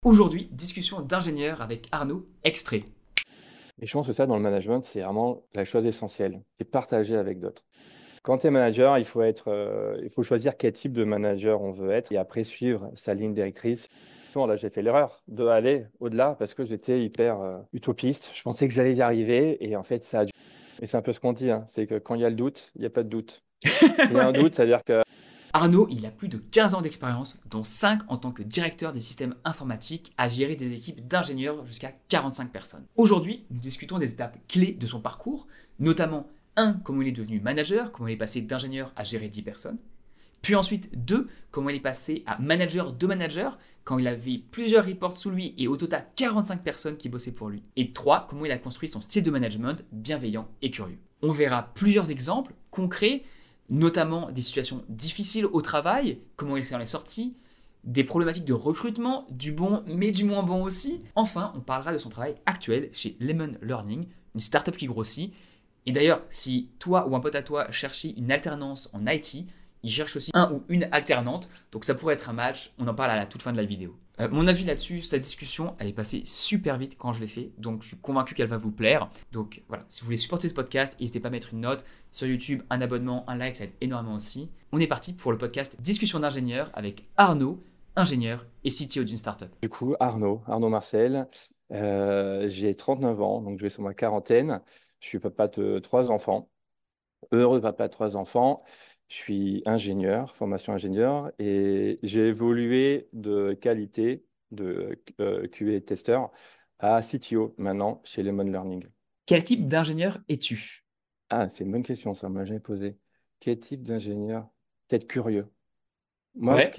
Aujourd'hui, discussion d'ingénieur avec Arnaud, extrait. Et je pense que ça, dans le management, c'est vraiment la chose essentielle, c'est partager avec d'autres. Quand tu es manager, il faut choisir quel type de manager on veut être et après suivre sa ligne directrice. Bon, là, j'ai fait l'erreur de aller au-delà parce que j'étais hyper utopiste. Je pensais que j'allais y arriver et en fait, ça a dû. Et c'est un peu ce qu'on dit, hein, c'est que quand il y a le doute, il n'y a pas de doute. S'il y a un doute, Ouais. c'est-à-dire que Arnaud, il a plus de 15 ans d'expérience, dont 5 en tant que directeur des systèmes informatiques, à gérer des équipes d'ingénieurs jusqu'à 45 personnes. Aujourd'hui, nous discutons des étapes clés de son parcours, notamment 1. Comment il est devenu manager, comment il est passé d'ingénieur à gérer 10 personnes. Puis ensuite, 2. Comment il est passé à manager de manager, quand il avait plusieurs reports sous lui et au total 45 personnes qui bossaient pour lui. Et 3. Comment il a construit son style de management bienveillant et curieux. On verra plusieurs exemples concrets, notamment des situations difficiles au travail, comment il s'en est sorti, des problématiques de recrutement, du bon mais du moins bon aussi. Enfin, on parlera de son travail actuel chez Lemon Learning, une startup qui grossit. Et d'ailleurs, si toi ou un pote à toi cherchez une alternance en IT, il cherche aussi un ou une alternante, donc ça pourrait être un match, on en parle à la toute fin de la vidéo. Mon avis là-dessus, cette discussion, elle est passée super vite quand je l'ai fait, donc je suis convaincu qu'elle va vous plaire. Donc voilà, si vous voulez supporter ce podcast, n'hésitez pas à mettre une note sur YouTube, un abonnement, un like, ça aide énormément aussi. On est parti pour le podcast Discussion d'ingénieur avec Arnaud, ingénieur et CTO d'une startup. du coup, Arnaud Marcel, j'ai 39 ans, donc je vais sur ma quarantaine. Je suis papa de trois enfants. Heureux papa de trois enfants. Je suis ingénieur, formation ingénieur, et j'ai évolué de qualité de QA testeur à CTO maintenant chez Lemon Learning. Quel type d'ingénieur es-tu? Ah, c'est une bonne question, ça, on m'a jamais posé. Quel type d'ingénieur? Peut-être curieux. Moi, Ouais.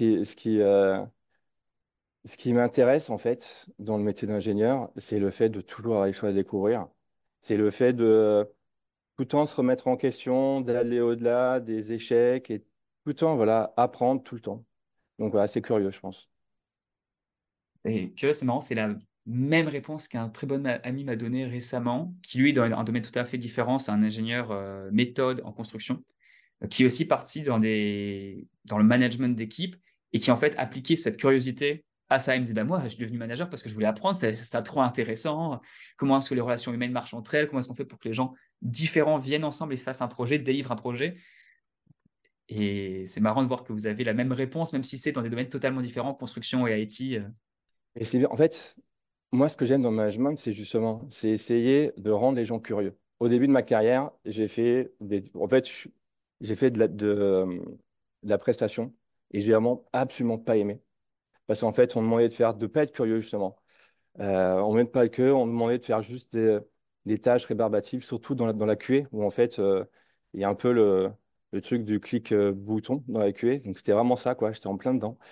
ce qui m'intéresse en fait dans le métier d'ingénieur, c'est le fait de toujours avoir les choses à découvrir. C'est le fait de tout le temps se remettre en question, d'aller au-delà des échecs et tout le temps, voilà, apprendre tout le temps. Donc voilà, c'est curieux, je pense. Et que c'est marrant, c'est la même réponse qu'un très bon ami m'a donné récemment, qui lui est dans un domaine tout à fait différent, c'est un ingénieur méthode en construction, qui est aussi parti dans le management d'équipe et qui en fait appliquait cette curiosité à ça. Il me dit, bah, moi, je suis devenu manager parce que je voulais apprendre, c'est ça trop intéressant, comment est-ce que les relations humaines marchent entre elles, comment est-ce qu'on fait pour que les gens différents viennent ensemble et fassent un projet, délivrent un projet. Et c'est marrant de voir que vous avez la même réponse, même si c'est dans des domaines totalement différents, construction et IT. Et en fait, moi, ce que j'aime dans le management, c'est justement, c'est essayer de rendre les gens curieux. Au début de ma carrière, j'ai fait de la prestation et j'ai vraiment absolument pas aimé. Parce qu'en fait, on me demandait de pas être curieux, justement. On ne demandait pas que, on me demandait de faire juste des tâches rébarbatives, surtout dans la QA, où en fait, il y a un peu le truc du clic bouton dans la QA. Donc, c'était vraiment ça, quoi. J'étais en plein dedans.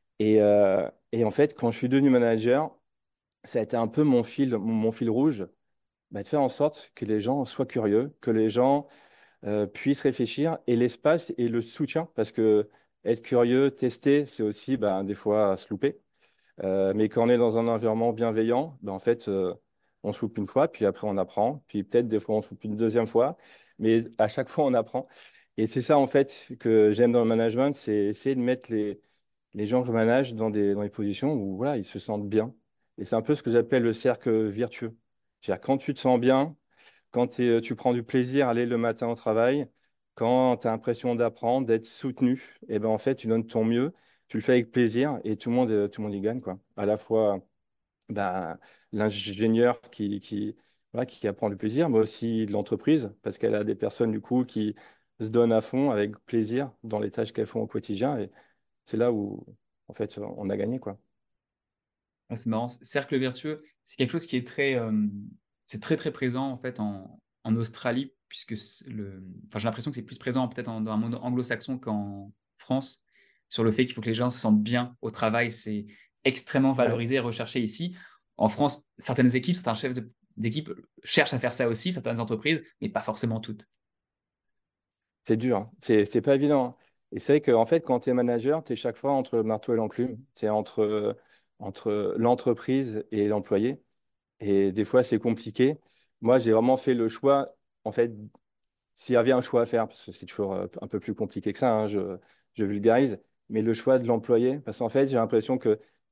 Et en fait, quand je suis devenu manager, ça a été un peu mon fil rouge, bah, de faire en sorte que les gens soient curieux, que les gens puissent réfléchir et l'espace et le soutien, parce que être curieux, tester, c'est aussi bah, des fois se louper. Mais quand on est dans un environnement bienveillant, ben en fait, on se loupe une fois, puis après on apprend, puis peut-être des fois on se loupe une deuxième fois, mais à chaque fois on apprend. Et c'est ça en fait que j'aime dans le management, c'est essayer de mettre les gens que je manage dans des positions où voilà, ils se sentent bien. Et c'est un peu ce que j'appelle le cercle virtueux. C'est-à-dire quand tu te sens bien, quand tu prends du plaisir à aller le matin au travail, quand tu as l'impression d'apprendre, d'être soutenu, et ben en fait, tu donnes ton mieux, tu le fais avec plaisir et tout le monde y gagne, quoi. À la fois ben, l'ingénieur voilà, qui apprend du plaisir, mais aussi l'entreprise, parce qu'elle a des personnes du coup qui se donnent à fond avec plaisir dans les tâches qu'elles font au quotidien. Et c'est là où, en fait, on a gagné, quoi. Ah, c'est marrant, cercle vertueux, c'est quelque chose qui est c'est très très présent en fait en Australie, puisque enfin, j'ai l'impression que c'est plus présent peut-être dans un monde anglo-saxon qu'en France, sur le fait qu'il faut que les gens se sentent bien au travail, c'est extrêmement Ouais. valorisé et recherché ici. En France, certaines équipes, certains chefs d'équipe cherchent à faire ça aussi, certaines entreprises, mais pas forcément toutes. C'est dur, hein. C'est pas évident, hein. Et c'est vrai qu'en fait, quand tu es manager, tu es chaque fois entre le marteau et l'enclume. C'est entre l'entreprise et l'employé. Et des fois, c'est compliqué. Moi, j'ai vraiment fait le choix, en fait, s'il y avait un choix à faire, parce que c'est toujours un peu plus compliqué que ça, hein, je vulgarise, mais le choix de l'employé, parce qu'en fait, j'ai l'impression que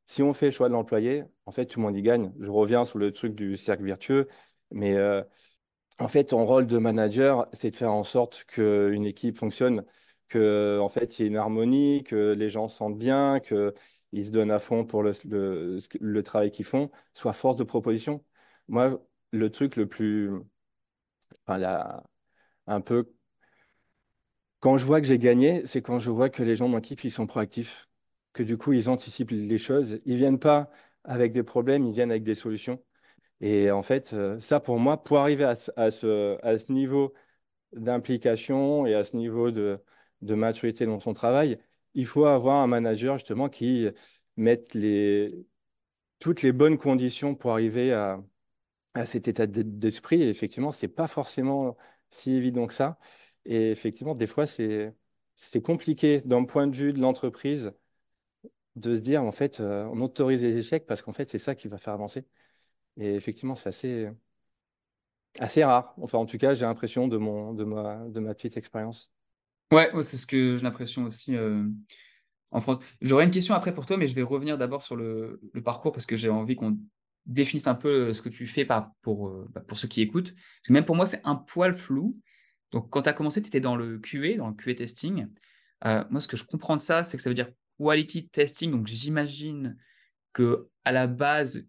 si on fait le choix de l'employé, en fait, tout le monde y gagne. Je reviens sur le truc du cercle vertueux, mais en fait, ton rôle de manager, c'est de faire en sorte qu'une équipe fonctionne, que en fait, il y ait une harmonie, que les gens se sentent bien, qu'ils se donnent à fond pour le travail qu'ils font, soit force de proposition. Moi, le truc le plus, enfin, un peu, quand je vois que j'ai gagné, c'est quand je vois que les gens de mon équipe, ils sont proactifs, que du coup, ils anticipent les choses. Ils viennent pas avec des problèmes, ils viennent avec des solutions. Et en fait, ça, pour moi, pour arriver à ce niveau d'implication et à ce niveau de maturité dans son travail, il faut avoir un manager justement qui mette toutes les bonnes conditions pour arriver à cet état d'esprit. Et effectivement, c'est pas forcément si évident que ça. Et effectivement, des fois, c'est compliqué d'un point de vue de l'entreprise de se dire, en fait, on autorise les échecs parce qu'en fait, c'est ça qui va faire avancer. Et effectivement, c'est assez rare. Enfin, en tout cas, j'ai l'impression de ma petite expérience. Ouais, ouais, c'est ce que j'ai l'impression aussi en France. J'aurais une question après pour toi, mais je vais revenir d'abord sur le parcours parce que j'ai envie qu'on définisse un peu ce que tu fais pour ceux qui écoutent. Parce que même pour moi, c'est un poil flou. Donc, quand tu as commencé, tu étais dans le QA testing. Moi, ce que je comprends de ça, c'est que ça veut dire quality testing. Donc, j'imagine que à la base,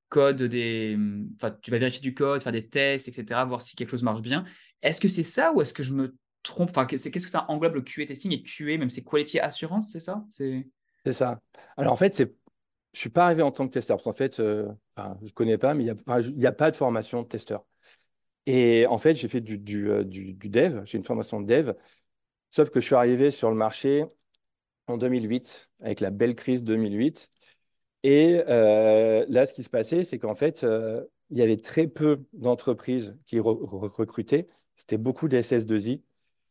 enfin, tu vas vérifier du code, faire des tests, etc., voir si quelque chose marche bien. Est-ce que c'est ça ou est-ce que je me trompe? Enfin, qu'est-ce que ça englobe le QA testing et QA, même c'est quality assurance, c'est ça? C'est ça. Alors, en fait, je suis pas arrivé en tant que testeur, parce qu'en fait, enfin, je connais pas, mais il y a pas de formation de testeur. Et en fait, j'ai fait du dev, j'ai une formation de dev, sauf que je suis arrivé sur le marché en 2008, avec la belle crise 2008. Et là, ce qui se passait, c'est qu'en fait, il y avait très peu d'entreprises qui recrutaient. C'était beaucoup des SS2I.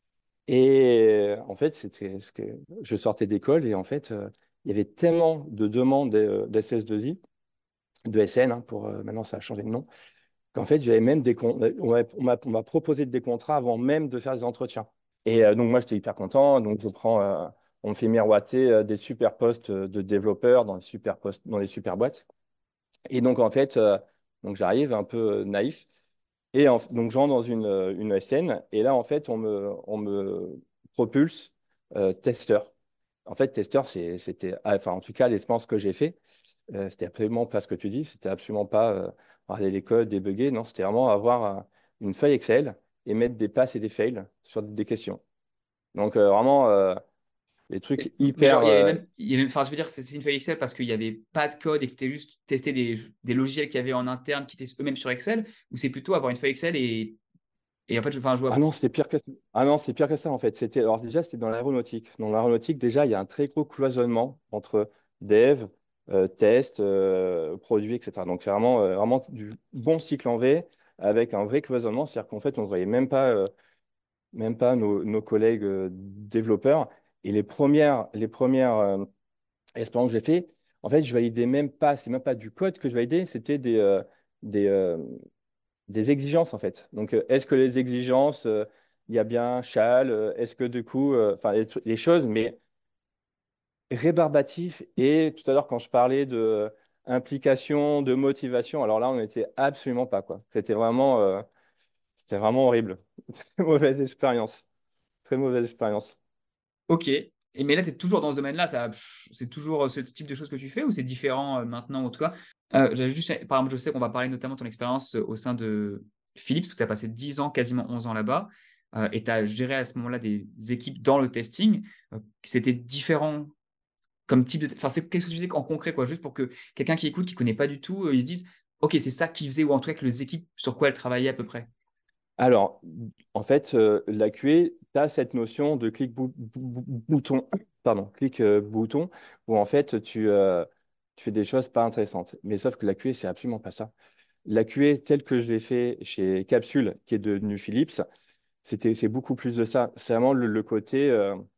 Et en fait, c'était ce que je sortais d'école et en fait, il y avait tellement de demandes d'SS2I, de SN, hein, maintenant ça a changé de nom, qu'en fait, j'avais même on m'a proposé des contrats avant même de faire des entretiens. Et donc, moi, j'étais hyper content. Donc, on me fait miroiter des super postes de développeurs dans les super postes, dans les super boîtes. Et donc, en fait, donc j'arrive un peu naïf. Et donc, j'entre dans une ESN. Et là, en fait, on me propulse testeur. En fait, testeur, enfin, en tout cas, l'expérience que j'ai fait, c'était absolument pas ce que tu dis. C'était absolument pas regarder les codes, débugger. Non, c'était vraiment avoir une feuille Excel et mettre des passes et des fails sur des questions. Donc, vraiment, des trucs Mais genre, hyper. enfin, je veux dire, c'est une feuille Excel parce qu'il n'y avait pas de code et que c'était juste tester des logiciels qu'il y avait en interne qui étaient eux-mêmes sur Excel, ou c'est plutôt avoir une feuille Excel et en fait, enfin, je Ah vois. non, c'était pire que ça. Ah non, c'est pire que ça en fait. Alors déjà, c'était dans l'aéronautique. Dans l'aéronautique, déjà, il y a un très gros cloisonnement entre dev, test, produit, etc. Donc c'est vraiment du bon cycle en V avec un vrai cloisonnement. C'est-à-dire qu'en fait, on ne voyait même pas nos collègues développeurs. Et les premières expériences que j'ai fait, en fait, je validais même pas, c'est même pas du code que je validais, c'était des, euh, des exigences en fait. Donc, est-ce que les exigences, il y a bien shall, est-ce que du coup, enfin, les choses, mais rébarbatif. Et tout à l'heure, quand je parlais de implication, de motivation, alors là, on n'était absolument pas, quoi. C'était vraiment horrible. Très mauvaise expérience. Très mauvaise expérience. Ok. Mais là, tu es toujours dans ce domaine-là, c'est toujours ce type de choses que tu fais ou c'est différent maintenant en tout cas? J'avais juste, par exemple, je sais qu'on va parler notamment de ton expérience au sein de Philips, où tu as passé 10 ans, quasiment 11 ans là-bas, et tu as géré à ce moment-là des équipes dans le testing. C'était différent comme type de. Enfin, qu'est-ce que tu faisais en concret, quoi, juste pour que quelqu'un qui écoute, qui ne connaît pas du tout, il se dise, ok, c'est ça qu'ils faisaient, ou en tout cas que les équipes sur quoi elles travaillaient à peu près. Alors, en fait, la QA, tu as cette notion de bouton, pardon, clic bouton, où en fait, tu fais des choses pas intéressantes. Mais sauf que la QA, c'est absolument pas ça. La QA, telle que je l'ai fait chez Capsule, qui est devenu Philips, c'est beaucoup plus de ça. C'est vraiment le côté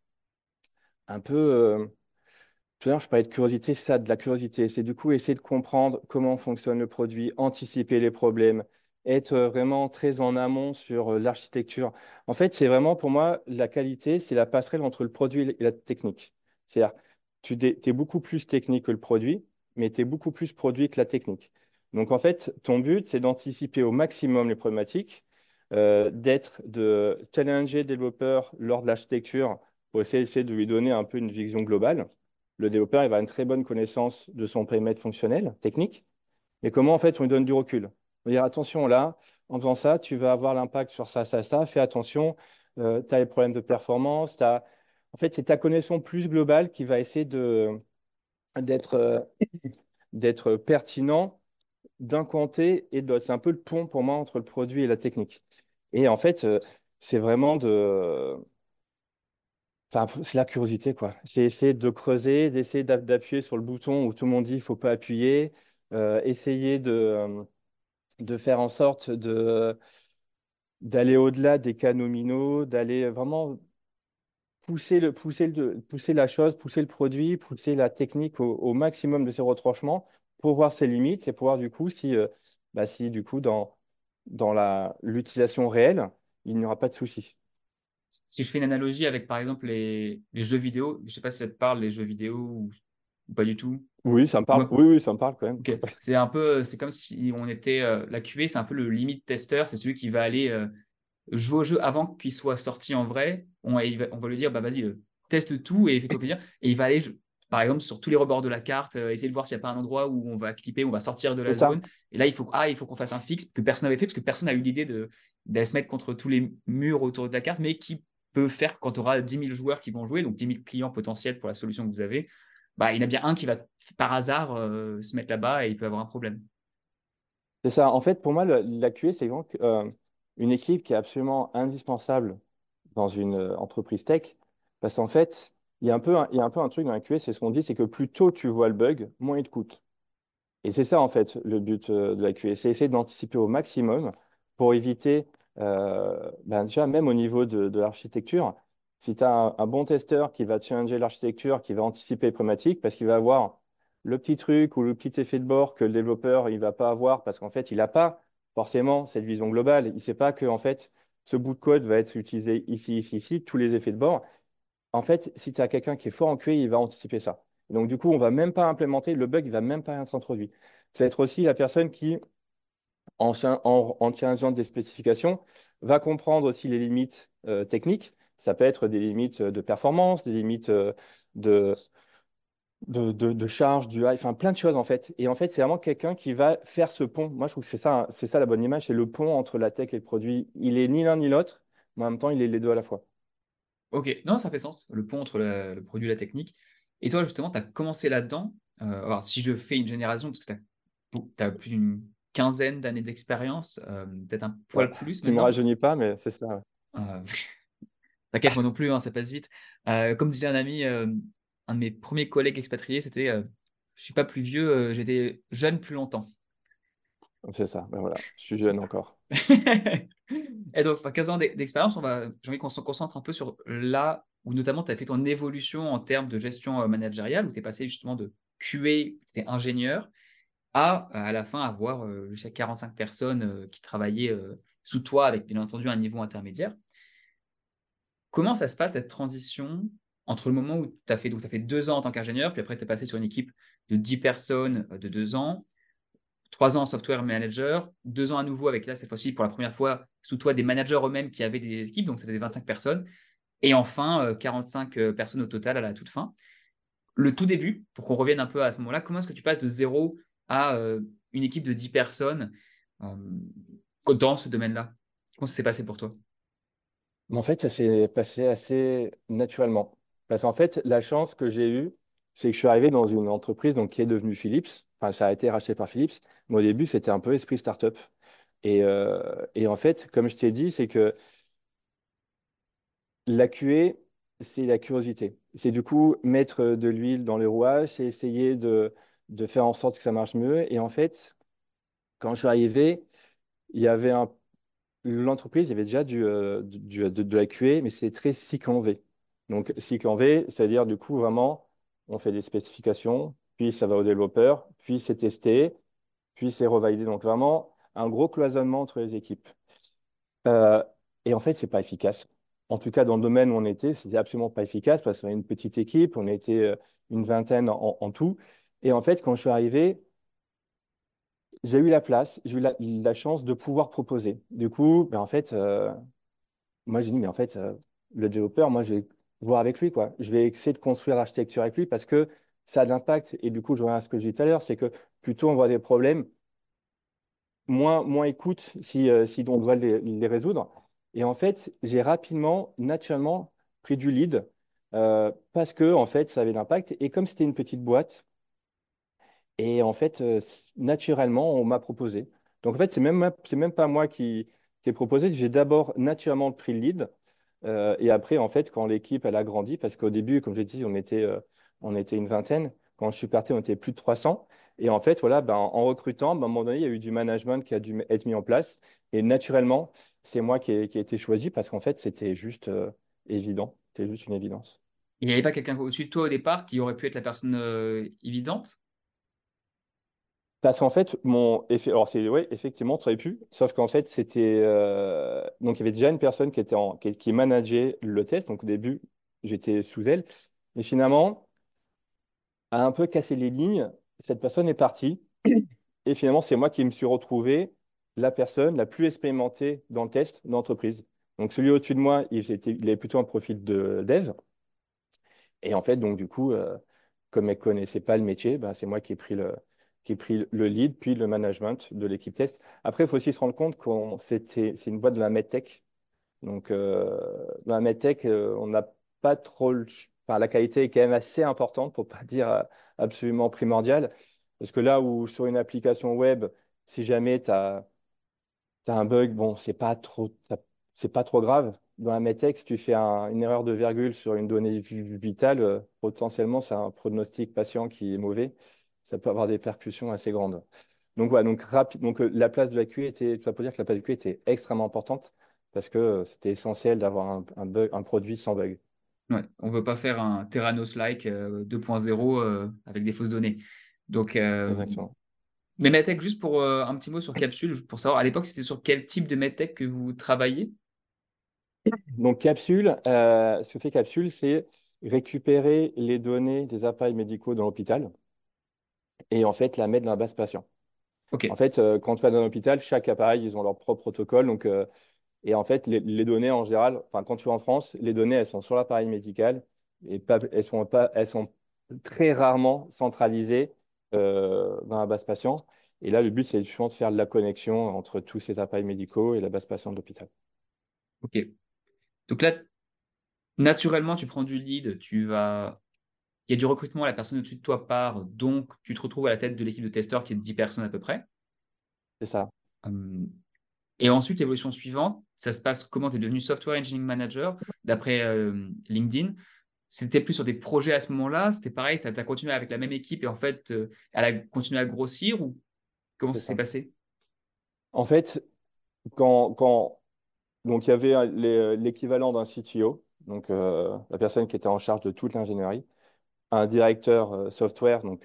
un peu. Tout à l'heure, je parlais de curiosité, c'est ça, de la curiosité. C'est du coup essayer de comprendre comment fonctionne le produit, anticiper les problèmes, être vraiment très en amont sur l'architecture. En fait, c'est vraiment pour moi, la qualité, c'est la passerelle entre le produit et la technique. C'est-à-dire, tu es beaucoup plus technique que le produit, mais tu es beaucoup plus produit que la technique. Donc, en fait, ton but, c'est d'anticiper au maximum les problématiques, de challenger le développeur lors de l'architecture pour essayer de lui donner un peu une vision globale. Le développeur, il va avoir une très bonne connaissance de son périmètre fonctionnel, technique, mais comment, en fait, on lui donne du recul. On va dire, attention, là, en faisant ça, tu vas avoir l'impact sur ça, ça, ça, fais attention, tu as les problèmes de performance, En fait, c'est ta connaissance plus globale qui va essayer d'être d'être pertinent d'un côté et de l'autre. C'est un peu le pont pour moi entre le produit et la technique. Et en fait, c'est vraiment Enfin, c'est la curiosité, quoi. J'ai essayé de creuser, d'essayer d'appuyer sur le bouton où tout le monde dit il ne faut pas appuyer, essayer de faire en sorte d'aller au-delà des cas nominaux, d'aller vraiment pousser la chose, pousser le produit, pousser la technique au maximum de ses retranchements pour voir ses limites et pour voir du coup si du coup dans l'utilisation réelle, il n'y aura pas de souci. Si je fais une analogie avec, par exemple, les jeux vidéo, je sais pas si ça te parle, les jeux vidéo ou pas du tout. Oui, ça me parle. Moi, Oui, oui, ça me parle quand même. ok. C'est un peu, c'est comme si on était, la QA, c'est un peu le limite testeur, c'est celui qui va aller jouer au jeu avant qu'il soit sorti en vrai. On va lui dire, bah vas-y, teste tout et fais-toi plaisir. Et il va aller, par exemple, sur tous les rebords de la carte, essayer de voir s'il n'y a pas un endroit où on va clipper, on va sortir de C'est la ça. zone. Et là, il faut qu'on fasse un fixe que personne n'avait fait, parce que personne n'a eu l'idée d'aller se mettre contre tous les murs autour de la carte, mais qui peut faire quand tu auras 10 000 joueurs qui vont jouer, donc 10 000 clients potentiels pour la solution que vous avez. Bah, il y en a bien un qui va par hasard se mettre là-bas et il peut avoir un problème. C'est ça. En fait, pour moi, la QA, c'est vraiment une équipe qui est absolument indispensable dans une entreprise tech. Parce qu'en fait, il y a un peu un truc dans la QA, c'est ce qu'on dit, c'est que plus tôt tu vois le bug, moins il te coûte. Et c'est ça, en fait, le but de la QA, c'est essayer d'anticiper au maximum pour éviter, déjà, même au niveau de l'architecture, si tu as un bon testeur qui va challenger l'architecture, qui va anticiper les problématiques, parce qu'il va avoir le petit truc ou le petit effet de bord que le développeur il va pas avoir, parce qu'en fait, il n'a pas forcément cette vision globale. Il ne sait pas que, en fait, ce bout de code va être utilisé ici, ici, ici, tous les effets de bord. En fait, si tu as quelqu'un qui est fort en QA, il va anticiper ça. Et donc, du coup, on ne va même pas implémenter, le bug, il ne va même pas être introduit. Ça va être aussi la personne qui, en challengeant des spécifications, va comprendre aussi les limites techniques. Ça peut être des limites de performance, des limites de, de charge, du high, enfin plein de choses en fait. Et en fait, c'est vraiment quelqu'un qui va faire ce pont. Moi, je trouve que c'est ça la bonne image, c'est le pont entre la tech et le produit. Il est ni l'un ni l'autre, mais en même temps, il est les deux à la fois. Ok, non, ça fait sens, le pont entre le produit et la technique. Et toi, justement, tu as commencé là-dedans. Alors, si je fais une génération, parce que tu as plus d'une quinzaine d'années d'expérience, peut-être un Ouais. poil plus Tu me maintenant. rajeunis pas, mais c'est ça. Ouais. Euh, T'inquiète, moi non plus, hein, ça passe vite. Comme disait un ami, un de mes premiers collègues expatriés, c'était je suis pas plus vieux, j'étais jeune plus longtemps. C'est ça. Ben voilà, je suis C'est jeune encore. Et donc, enfin, 15 ans d'expérience, j'ai envie qu'on se concentre un peu sur là où notamment tu as fait ton évolution en termes de gestion managériale, où tu es passé justement de QA, tu es ingénieur, à la fin avoir jusqu'à 45 personnes qui travaillaient sous toi avec bien entendu un niveau intermédiaire. Comment ça se passe cette transition entre le moment où tu as fait 2 ans en tant qu'ingénieur, puis après tu es passé sur une équipe de 10 personnes de 2 ans, 3 ans en software manager, 2 ans à nouveau avec là, cette fois-ci, pour la première fois, sous toi, des managers eux-mêmes qui avaient des équipes, donc ça faisait 25 personnes, et enfin 45 personnes au total à la toute fin. Le tout début, pour qu'on revienne un peu à ce moment-là, comment est-ce que tu passes de zéro à une équipe de 10 personnes euh, dans ce domaine-là? Comment ça s'est passé pour toi? Mais en fait, ça s'est passé assez naturellement. Parce qu'en fait, la chance que j'ai eue, c'est que je suis arrivé dans une entreprise donc, qui est devenue Philips. Enfin, ça a été racheté par Philips. Mais au début, c'était un peu esprit startup. Et en fait, comme je t'ai dit, c'est que la QA, c'est la curiosité. C'est du coup mettre de l'huile dans les rouages, c'est essayer de faire en sorte que ça marche mieux. Et en fait, quand je suis arrivé, il y avait l'entreprise, il y avait déjà de la QA, mais c'est très cycle en V. Donc, cycle en V, c'est-à-dire du coup, vraiment, on fait des spécifications, puis ça va au développeur, puis c'est testé, puis c'est revalidé. Donc, vraiment, un gros cloisonnement entre les équipes. Euh, et en fait, c'est pas efficace. En tout cas, dans le domaine où on était, c'était absolument pas efficace parce qu'on avait une petite équipe, on était une vingtaine en tout. Et en fait, quand je suis arrivé, j'ai eu la place, j'ai eu la chance de pouvoir proposer. Du coup, ben, en fait, moi, j'ai dit, mais en fait, le développeur, moi, je vais voir avec lui, quoi. Je vais essayer de construire l'architecture avec lui parce que ça a de l'impact. Et du coup, je reviens à ce que j'ai dit tout à l'heure, c'est que plutôt on voit des problèmes, moins écoute si on doit les résoudre. Et en fait, j'ai rapidement, naturellement, pris du lead parce que, en fait, ça avait de l'impact. Et comme c'était une petite boîte, et en fait, naturellement, on m'a proposé. Donc, en fait, c'est même pas moi qui ai proposé. J'ai d'abord naturellement pris le lead. Et après, en fait, quand l'équipe elle a grandi, parce qu'au début, comme j'ai dit, on était une vingtaine. Quand je suis parti, on était plus de 300. Et en fait, voilà, ben, en recrutant, ben, à un moment donné, il y a eu du management qui a dû être mis en place. Et naturellement, c'est moi qui ai été choisi parce qu'en fait, c'était juste évident. C'était juste une évidence. Il n'y avait pas quelqu'un au-dessus de toi au départ qui aurait pu être la personne évidente? Parce qu'en fait, mon effet, alors c'est ouais, effectivement, ça aurait pu, sauf qu'en fait, c'était donc il y avait déjà une personne qui manageait le test. Donc au début, j'étais sous elle, et finalement, a un peu cassé les lignes. Cette personne est partie, et finalement, c'est moi qui me suis retrouvé la personne la plus expérimentée dans le test d'entreprise. Donc celui au-dessus de moi, il avait plutôt un profil de dev, et en fait, donc du coup, comme elle ne connaissait pas le métier, ben, c'est moi qui ai pris le lead, puis le management de l'équipe test. Après, il faut aussi se rendre compte c'est une boîte de la medtech. Donc, dans la medtech, on n'a pas trop enfin, la qualité est quand même assez importante, pour pas dire absolument primordiale. Parce que là où sur une application web, si jamais tu as un bug, bon, c'est pas trop grave. Dans un medtech, si tu fais une erreur de virgule sur une donnée vitale, potentiellement, c'est un pronostic patient qui est mauvais. Ça peut avoir des répercussions assez grandes. Donc, voilà, la place de la QA était, tout ça pour dire que la place de QA était extrêmement importante parce que c'était essentiel d'avoir un produit sans bug. Ouais, on ne veut pas faire un Theranos-like 2.0 avec des fausses données. Donc, Exactement. mais MedTech, juste pour un petit mot sur Capsule, pour savoir, à l'époque, c'était sur quel type de MedTech que vous travailliez? Donc, Capsule, ce que fait Capsule, c'est récupérer les données des appareils médicaux dans l'hôpital et en fait la mettre dans la base patient. Ok. En fait, quand tu vas dans l'hôpital, chaque appareil, ils ont leur propre protocole. Donc, et en fait, les données en général, enfin, quand tu vas en France, les données, elles sont sur l'appareil médical et elles sont très rarement centralisées dans la base patient. Et là, le but, c'est justement de faire de la connexion entre tous ces appareils médicaux et la base patient de l'hôpital. Ok. Donc là, naturellement, tu prends du lead, il y a du recrutement, la personne au-dessus de toi part, donc tu te retrouves à la tête de l'équipe de testeurs qui est de 10 personnes à peu près. C'est ça. Hum, Et ensuite, l'évolution suivante, ça se passe comment? Tu es devenu Software Engineering Manager d'après LinkedIn. C'était plus sur des projets à ce moment-là? C'était pareil, ça t'a continué avec la même équipe et en fait, elle a continué à grossir ou comment C'est ça s'est ça. passé? En fait, quand donc il y avait l'équivalent d'un CTO, donc la personne qui était en charge de toute l'ingénierie, un directeur software, donc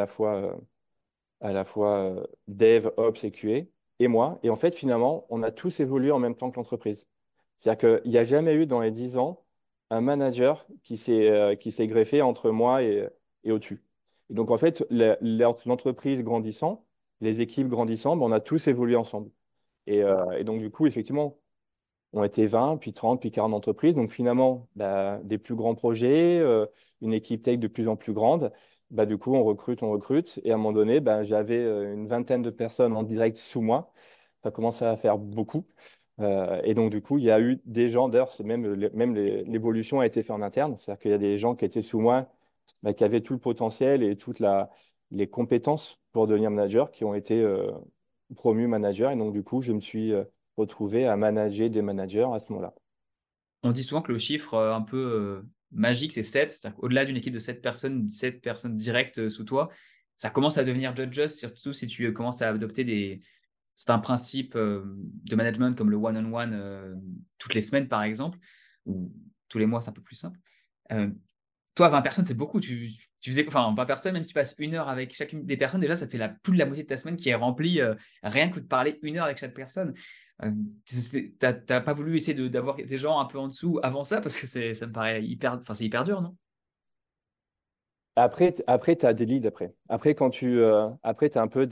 à la fois Dev, Ops et QA, et moi. Et en fait, finalement, on a tous évolué en même temps que l'entreprise. C'est-à-dire qu'il n'y a jamais eu dans les 10 ans un manager qui s'est greffé entre moi et au-dessus. Et donc, en fait, l'entreprise grandissant, les équipes grandissant, ben, on a tous évolué ensemble. Et donc, du coup, effectivement, on était 20, puis 30, puis 40 entreprises. Donc finalement, bah, des plus grands projets, une équipe tech de plus en plus grande. Bah, du coup, on recrute, on recrute. Et à un moment donné, bah, j'avais une vingtaine de personnes en direct sous moi. Ça commençait à faire beaucoup. Et donc, du coup, il y a eu des gens, d'ailleurs, l'évolution a été faite en interne. C'est-à-dire qu'il y a des gens qui étaient sous moi, bah, qui avaient tout le potentiel et les compétences pour devenir manager, qui ont été promus manager. Et donc, du coup, je me suis retrouvé à manager des managers à ce moment-là. On dit souvent que le chiffre un peu magique, c'est 7. C'est-à-dire qu'au-delà d'une équipe de 7 personnes directes sous toi, ça commence à devenir judges, surtout si tu commences à adopter c'est un principe de management comme le one-on-one toutes les semaines, par exemple, ou tous les mois, c'est un peu plus simple. Euh, Toi, 20 personnes, c'est beaucoup. Tu faisais, enfin, 20 personnes, même si tu passes 1 heure avec chacune des personnes, déjà, ça fait plus de la moitié de ta semaine qui est remplie, rien que de parler 1 heure avec chaque personne. T'as pas voulu essayer d'avoir des gens un peu en dessous avant ça, parce que ça me paraît hyper, enfin, c'est hyper dur, non? Après tu as des leads après. Après, après, tu as un peu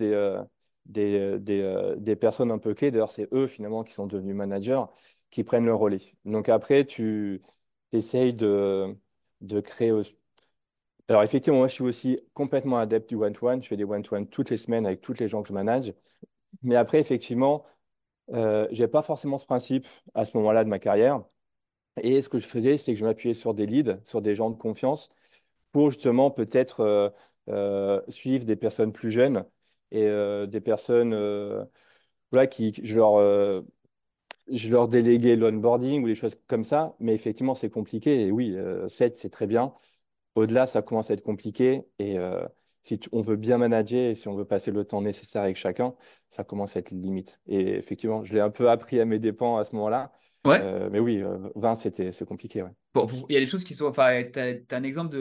des personnes un peu clés. D'ailleurs, c'est eux finalement qui sont devenus managers, qui prennent le relais. Donc après, tu essayes de créer. Alors effectivement, moi, je suis aussi complètement adepte du one-to-one. Je fais des one-to-one toutes les semaines avec toutes les gens que je manage. Mais après, effectivement, je n'avais pas forcément ce principe à ce moment-là de ma carrière. Et ce que je faisais, c'est que je m'appuyais sur des leads, sur des gens de confiance, pour justement peut-être suivre des personnes plus jeunes et des personnes voilà, je leur déléguais l'onboarding ou des choses comme ça. Mais effectivement, c'est compliqué. Et oui, 7, c'est très bien. Au-delà, ça commence à être compliqué. Et si on veut bien manager et si on veut passer le temps nécessaire avec chacun, ça commence à être limite. Et effectivement, je l'ai un peu appris à mes dépens à ce moment-là. Ouais. Mais oui, 20, c'est compliqué. Ouais. Bon, il y a des choses qui sont. Enfin, t'as un exemple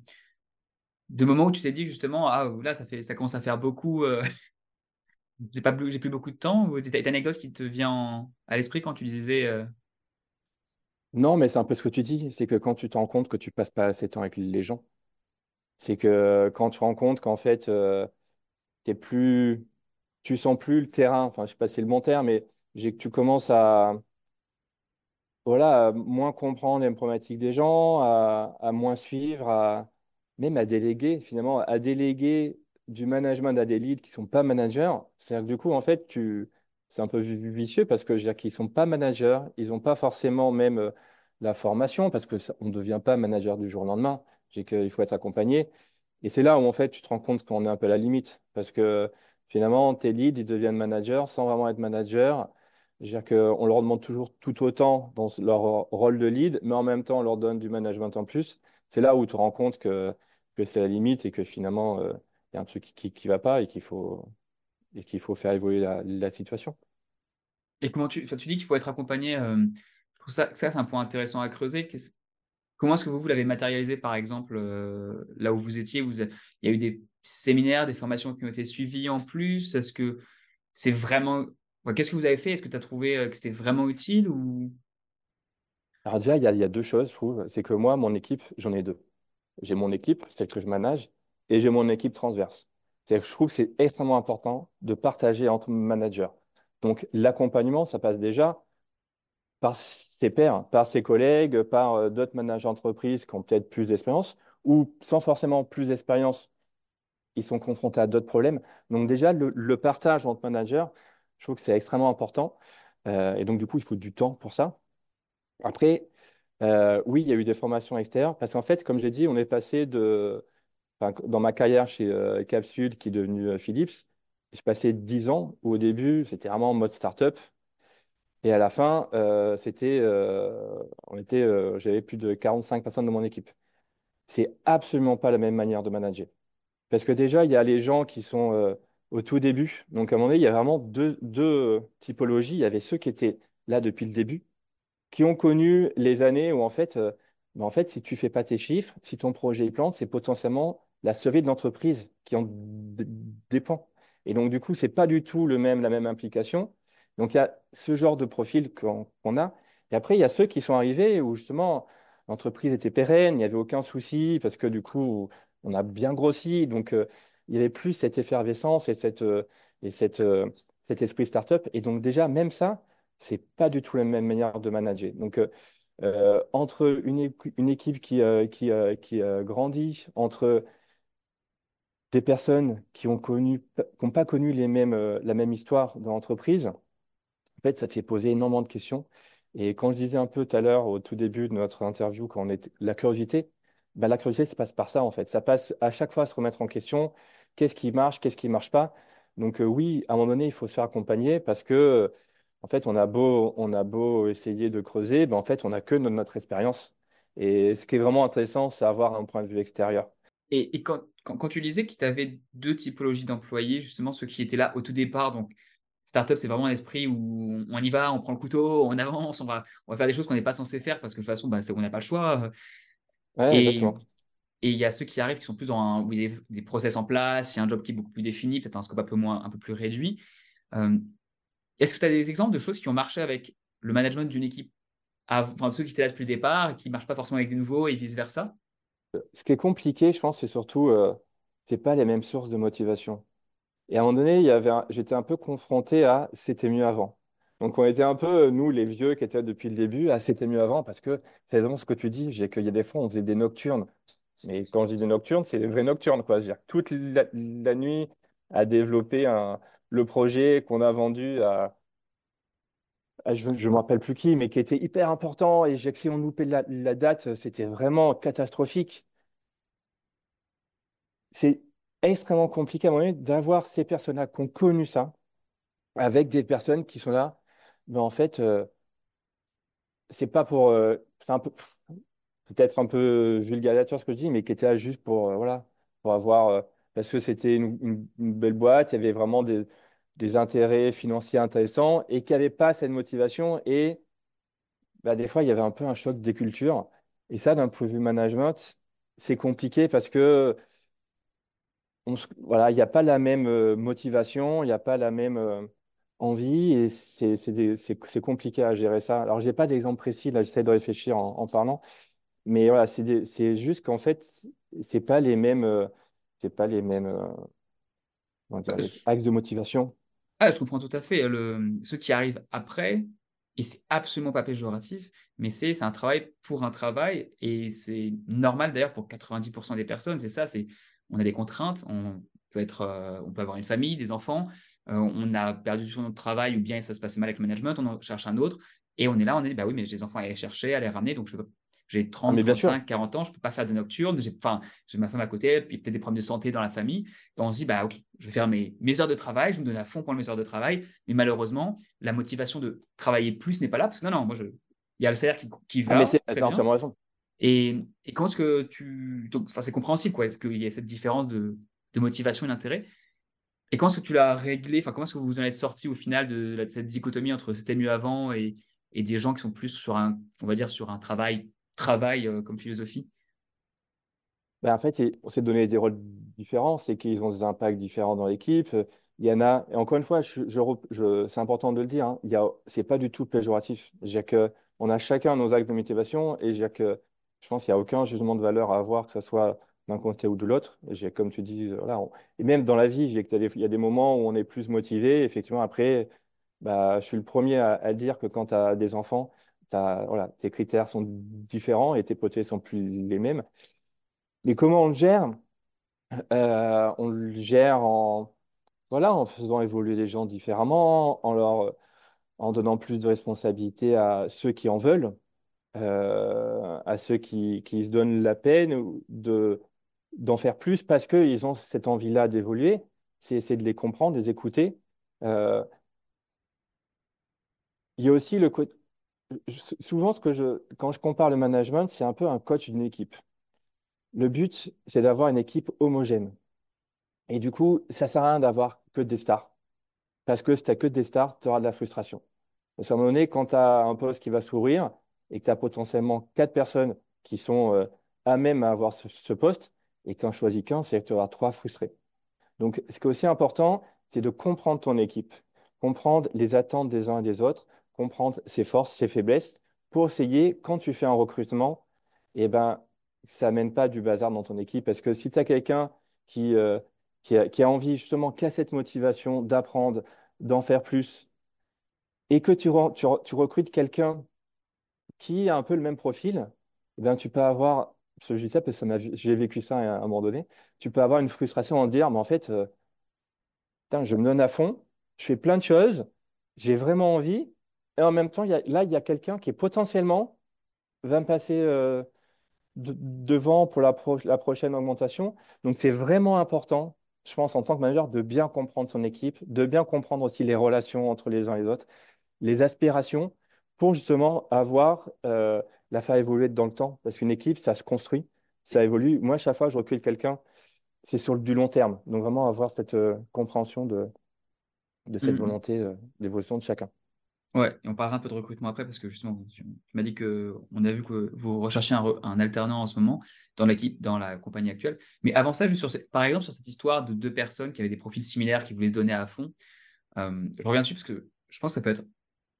de moments où tu t'es dit justement, ah là, ça commence à faire beaucoup. J'ai plus beaucoup de temps. Ou t'as une anecdote qui te vient à l'esprit quand tu disais. Non, mais c'est un peu ce que tu dis. C'est que quand tu te rends compte que tu passes pas assez de temps avec les gens, c'est que quand tu te rends compte qu'en fait, t'es plus, tu sens plus le terrain. Enfin, je sais pas si c'est le bon terme, mais que tu commences à voilà, à moins comprendre les problématiques des gens, à moins suivre, même à déléguer, finalement, à déléguer du management à des leads qui ne sont pas managers. C'est-à-dire que du coup, en fait, c'est un peu vicieux parce que je veux dire qu'ils ne sont pas managers, ils n'ont pas forcément même la formation parce on ne devient pas manager du jour au lendemain. J'ai qu'il faut être accompagné. Et c'est là où, en fait, tu te rends compte qu'on est un peu à la limite parce que finalement, tes leads, ils deviennent managers sans vraiment être managers. C'est-à-dire qu'on leur demande toujours tout autant dans leur rôle de lead, mais en même temps, on leur donne du management en plus. C'est là où tu te rends compte que c'est la limite et que finalement, il y a un truc qui va pas et qu'il faut faire évoluer la situation. Et comment enfin, tu dis qu'il faut être accompagné. Je trouve ça c'est un point intéressant à creuser. Comment est-ce que vous l'avez matérialisé, par exemple, là où vous étiez? Il y a eu des séminaires, des formations qui ont été suivies en plus? Est-ce que c'est vraiment. Ouais, qu'est-ce que vous avez fait? Est-ce que tu as trouvé que c'était vraiment utile ou. Alors déjà, il y a deux choses, je trouve. C'est que moi, mon équipe, j'en ai deux. J'ai mon équipe, celle que je manage, et j'ai mon équipe transverse. C'est-à-dire que je trouve que c'est extrêmement important de partager entre managers. Donc l'accompagnement, ça passe déjà par ses pairs, par ses collègues, par d'autres managers d'entreprise qui ont peut-être plus d'expérience ou sans forcément plus d'expérience, ils sont confrontés à d'autres problèmes. Donc déjà, le partage entre managers, je trouve que c'est extrêmement important. Et donc du coup, il faut du temps pour ça. Après, oui, il y a eu des formations extérieures parce qu'en fait, comme j'ai dit, on est passé enfin, dans ma carrière chez Capsule, qui est devenue Philips, j'ai passé 10 ans où au début, c'était vraiment en mode startup. Et à la fin, j'avais plus de 45 personnes dans mon équipe. C'est absolument pas la même manière de manager. Parce que déjà, il y a les gens qui sont au tout début. Donc, à un moment donné, il y a vraiment deux typologies. Il y avait ceux qui étaient là depuis le début, qui ont connu les années où, en fait, si tu fais pas tes chiffres, si ton projet il plante, c'est potentiellement la survie de l'entreprise qui dépend. Et donc, du coup, c'est pas du tout la même implication. Donc, il y a ce genre de profil qu'on a. Et après, il y a ceux qui sont arrivés où, justement, l'entreprise était pérenne, il n'y avait aucun souci parce que, du coup, on a bien grossi. Donc, il y avait plus cette effervescence et cet esprit startup. Et donc, déjà, même ça, c'est pas du tout la même manière de manager. Donc, entre une équipe qui grandit, entre des personnes qui n'ont pas connu la même histoire dans l'entreprise, en fait, ça te fait poser énormément de questions. Et quand je disais un peu tout à l'heure, au tout début de notre interview, quand on était la curiosité, ça passe par ça, en fait. Ça passe à chaque fois à se remettre en question. Qu'est-ce qui marche, qu'est-ce qui ne marche pas? Donc, oui, à un moment donné, il faut se faire accompagner parce que, en fait, on a beau essayer de creuser, ben, en fait, on n'a que notre expérience. Et ce qui est vraiment intéressant, c'est avoir un point de vue extérieur. Et quand tu disais que tu avais deux typologies d'employés, justement, ceux qui étaient là au tout départ, donc startup, c'est vraiment un esprit où on y va, on prend le couteau, on avance, on va faire des choses qu'on n'est pas censé faire parce que de toute façon, bah, on n'a pas le choix. Ouais, Et exactement. et il y a ceux qui arrivent qui sont plus où il y a des process en place, il y a un job qui est beaucoup plus défini, peut-être un scope un peu plus réduit. Euh, Est-ce que tu as des exemples de choses qui ont marché avec le management d'une équipe, enfin ceux qui étaient là depuis le départ et qui ne marchent pas forcément avec des nouveaux et vice-versa? Ce qui est compliqué, je pense, c'est surtout, c'est pas les mêmes sources de motivation. Et à un moment donné, j'étais un peu confronté à c'était mieux avant. Donc on était un peu, nous, les vieux qui étaient depuis le début, à c'était mieux avant parce que c'est vraiment ce que tu dis, j'ai qu'il y a des fois, on faisait des nocturnes. Mais quand je dis des nocturnes, c'est des vrais nocturnes, quoi. C'est-à-dire toute la nuit à développer le projet qu'on a vendu je ne me rappelle plus qui, mais qui était hyper important. Et si on loupait la date, c'était vraiment catastrophique. C'est extrêmement compliqué à un moment donné d'avoir ces personnes-là qui ont connu ça avec des personnes qui sont là. Mais en fait, c'est pas pour. C'est un peu, peut-être un peu vulgarisateur ce que je dis, mais qui était là juste pour, voilà, pour avoir. Parce que c'était une belle boîte, il y avait vraiment des intérêts financiers intéressants et qui n'avaient pas cette motivation. Et bah, des fois, il y avait un peu un choc des cultures. Et ça, d'un point de vue management, c'est compliqué parce que voilà, il n'y a pas la même motivation, il n'y a pas la même envie et c'est compliqué à gérer ça. Alors, je n'ai pas d'exemple précis, là, j'essaie de réfléchir en parlant, mais voilà, c'est juste qu'en fait, c'est pas les mêmes comment dire, les Je- axes de motivation. Ah, je comprends tout à fait. Ceux qui arrivent après, et c'est absolument pas péjoratif, mais c'est un travail pour un travail, et c'est normal d'ailleurs pour 90% des personnes, c'est ça, on a des contraintes, on peut avoir une famille, des enfants, on a perdu son travail ou bien ça se passait mal avec le management, on en cherche un autre, et on est là, on est dit, bah oui, mais j'ai des enfants à aller chercher, à les ramener, donc j'ai Ah, 30, mais bien sûr. 35, 40 ans, je peux pas faire de nocturne, enfin, j'ai ma femme à côté, puis peut-être des problèmes de santé dans la famille. Et on se dit, bah, ok, je vais faire mes heures de travail, je me donne à fond pendant mes heures de travail, mais malheureusement, la motivation de travailler plus n'est pas là, parce que non, il y a le salaire qui Ah, mais va, très t'as bien. entièrement raison. Et comment est-ce que donc, enfin, c'est compréhensible, quoi, est-ce qu'il y a cette différence de motivation et d'intérêt? Et comment est-ce que tu l'as réglé, enfin, comment est-ce que vous en êtes sorti au final de cette dichotomie entre c'était mieux avant et des gens qui sont plus sur on va dire, sur un travail comme philosophie? Ben, en fait, on s'est donné des rôles différents, c'est qu'ils ont des impacts différents dans l'équipe. Il y en a, et encore une fois, c'est important de le dire, hein, c'est pas du tout péjoratif. On a chacun nos actes de motivation et je pense qu'il n'y a aucun jugement de valeur à avoir, que ce soit d'un côté ou de l'autre. Comme tu dis, voilà, et même dans la vie, il y a des moments où on est plus motivé. Effectivement, après, bah, je suis le premier à dire que quand tu as des enfants, voilà, tes critères sont différents et tes potentiels sont plus les mêmes. Mais comment on le gère? On le gère voilà, en faisant évoluer les gens différemment, en donnant plus de responsabilités à ceux qui en veulent, à ceux qui se donnent la peine d'en faire plus parce qu'ils ont cette envie-là d'évoluer. C'est essayer de les comprendre, de les écouter. Euh, il y a aussi le côté. Souvent, quand je compare le management, c'est un peu un coach d'une équipe. Le but, c'est d'avoir une équipe homogène. Et du coup, ça sert à rien d'avoir que des stars. Parce que si tu n'as que des stars, tu auras de la frustration. Parce qu'à un moment donné, quand tu as un poste qui va s'ouvrir et que tu as potentiellement quatre personnes qui sont à même à avoir ce poste et que tu n'en choisis qu'un, c'est que tu auras trois frustrés. Donc, ce qui est aussi important, c'est de comprendre ton équipe, comprendre les attentes des uns et des autres, comprendre ses forces, ses faiblesses, pour essayer, quand tu fais un recrutement, eh ben, ça mène pas du bazar dans ton équipe. Parce que si tu as quelqu'un qui, euh, qui a envie, justement, qui a cette motivation d'apprendre, d'en faire plus, et que tu recrutes quelqu'un qui a un peu le même profil, eh ben, tu peux avoir, parce que je dis ça parce que j'ai vécu ça à un moment donné, tu peux avoir une frustration en dire, mais en fait, putain, je me donne à fond, je fais plein de choses, j'ai vraiment envie, et en même temps, là, il y a quelqu'un qui est potentiellement va me passer devant pour la prochaine augmentation. Donc, c'est vraiment important, je pense, en tant que manager, de bien comprendre son équipe, de bien comprendre aussi les relations entre les uns et les autres, les aspirations, pour justement la faire évoluer dans le temps. Parce qu'une équipe, ça se construit, ça évolue. Moi, chaque fois que je recrute quelqu'un, c'est sur du long terme. Donc, vraiment avoir cette compréhension de cette Mm. volonté d'évolution de chacun. Ouais, et on parlera un peu de recrutement après parce que justement, tu m'as dit que on a vu que vous recherchez un alternant en ce moment dans l'équipe, dans la compagnie actuelle. Mais avant ça, juste par exemple, sur cette histoire de deux personnes qui avaient des profils similaires, qui voulaient se donner à fond, je reviens dessus parce que je pense que ça peut être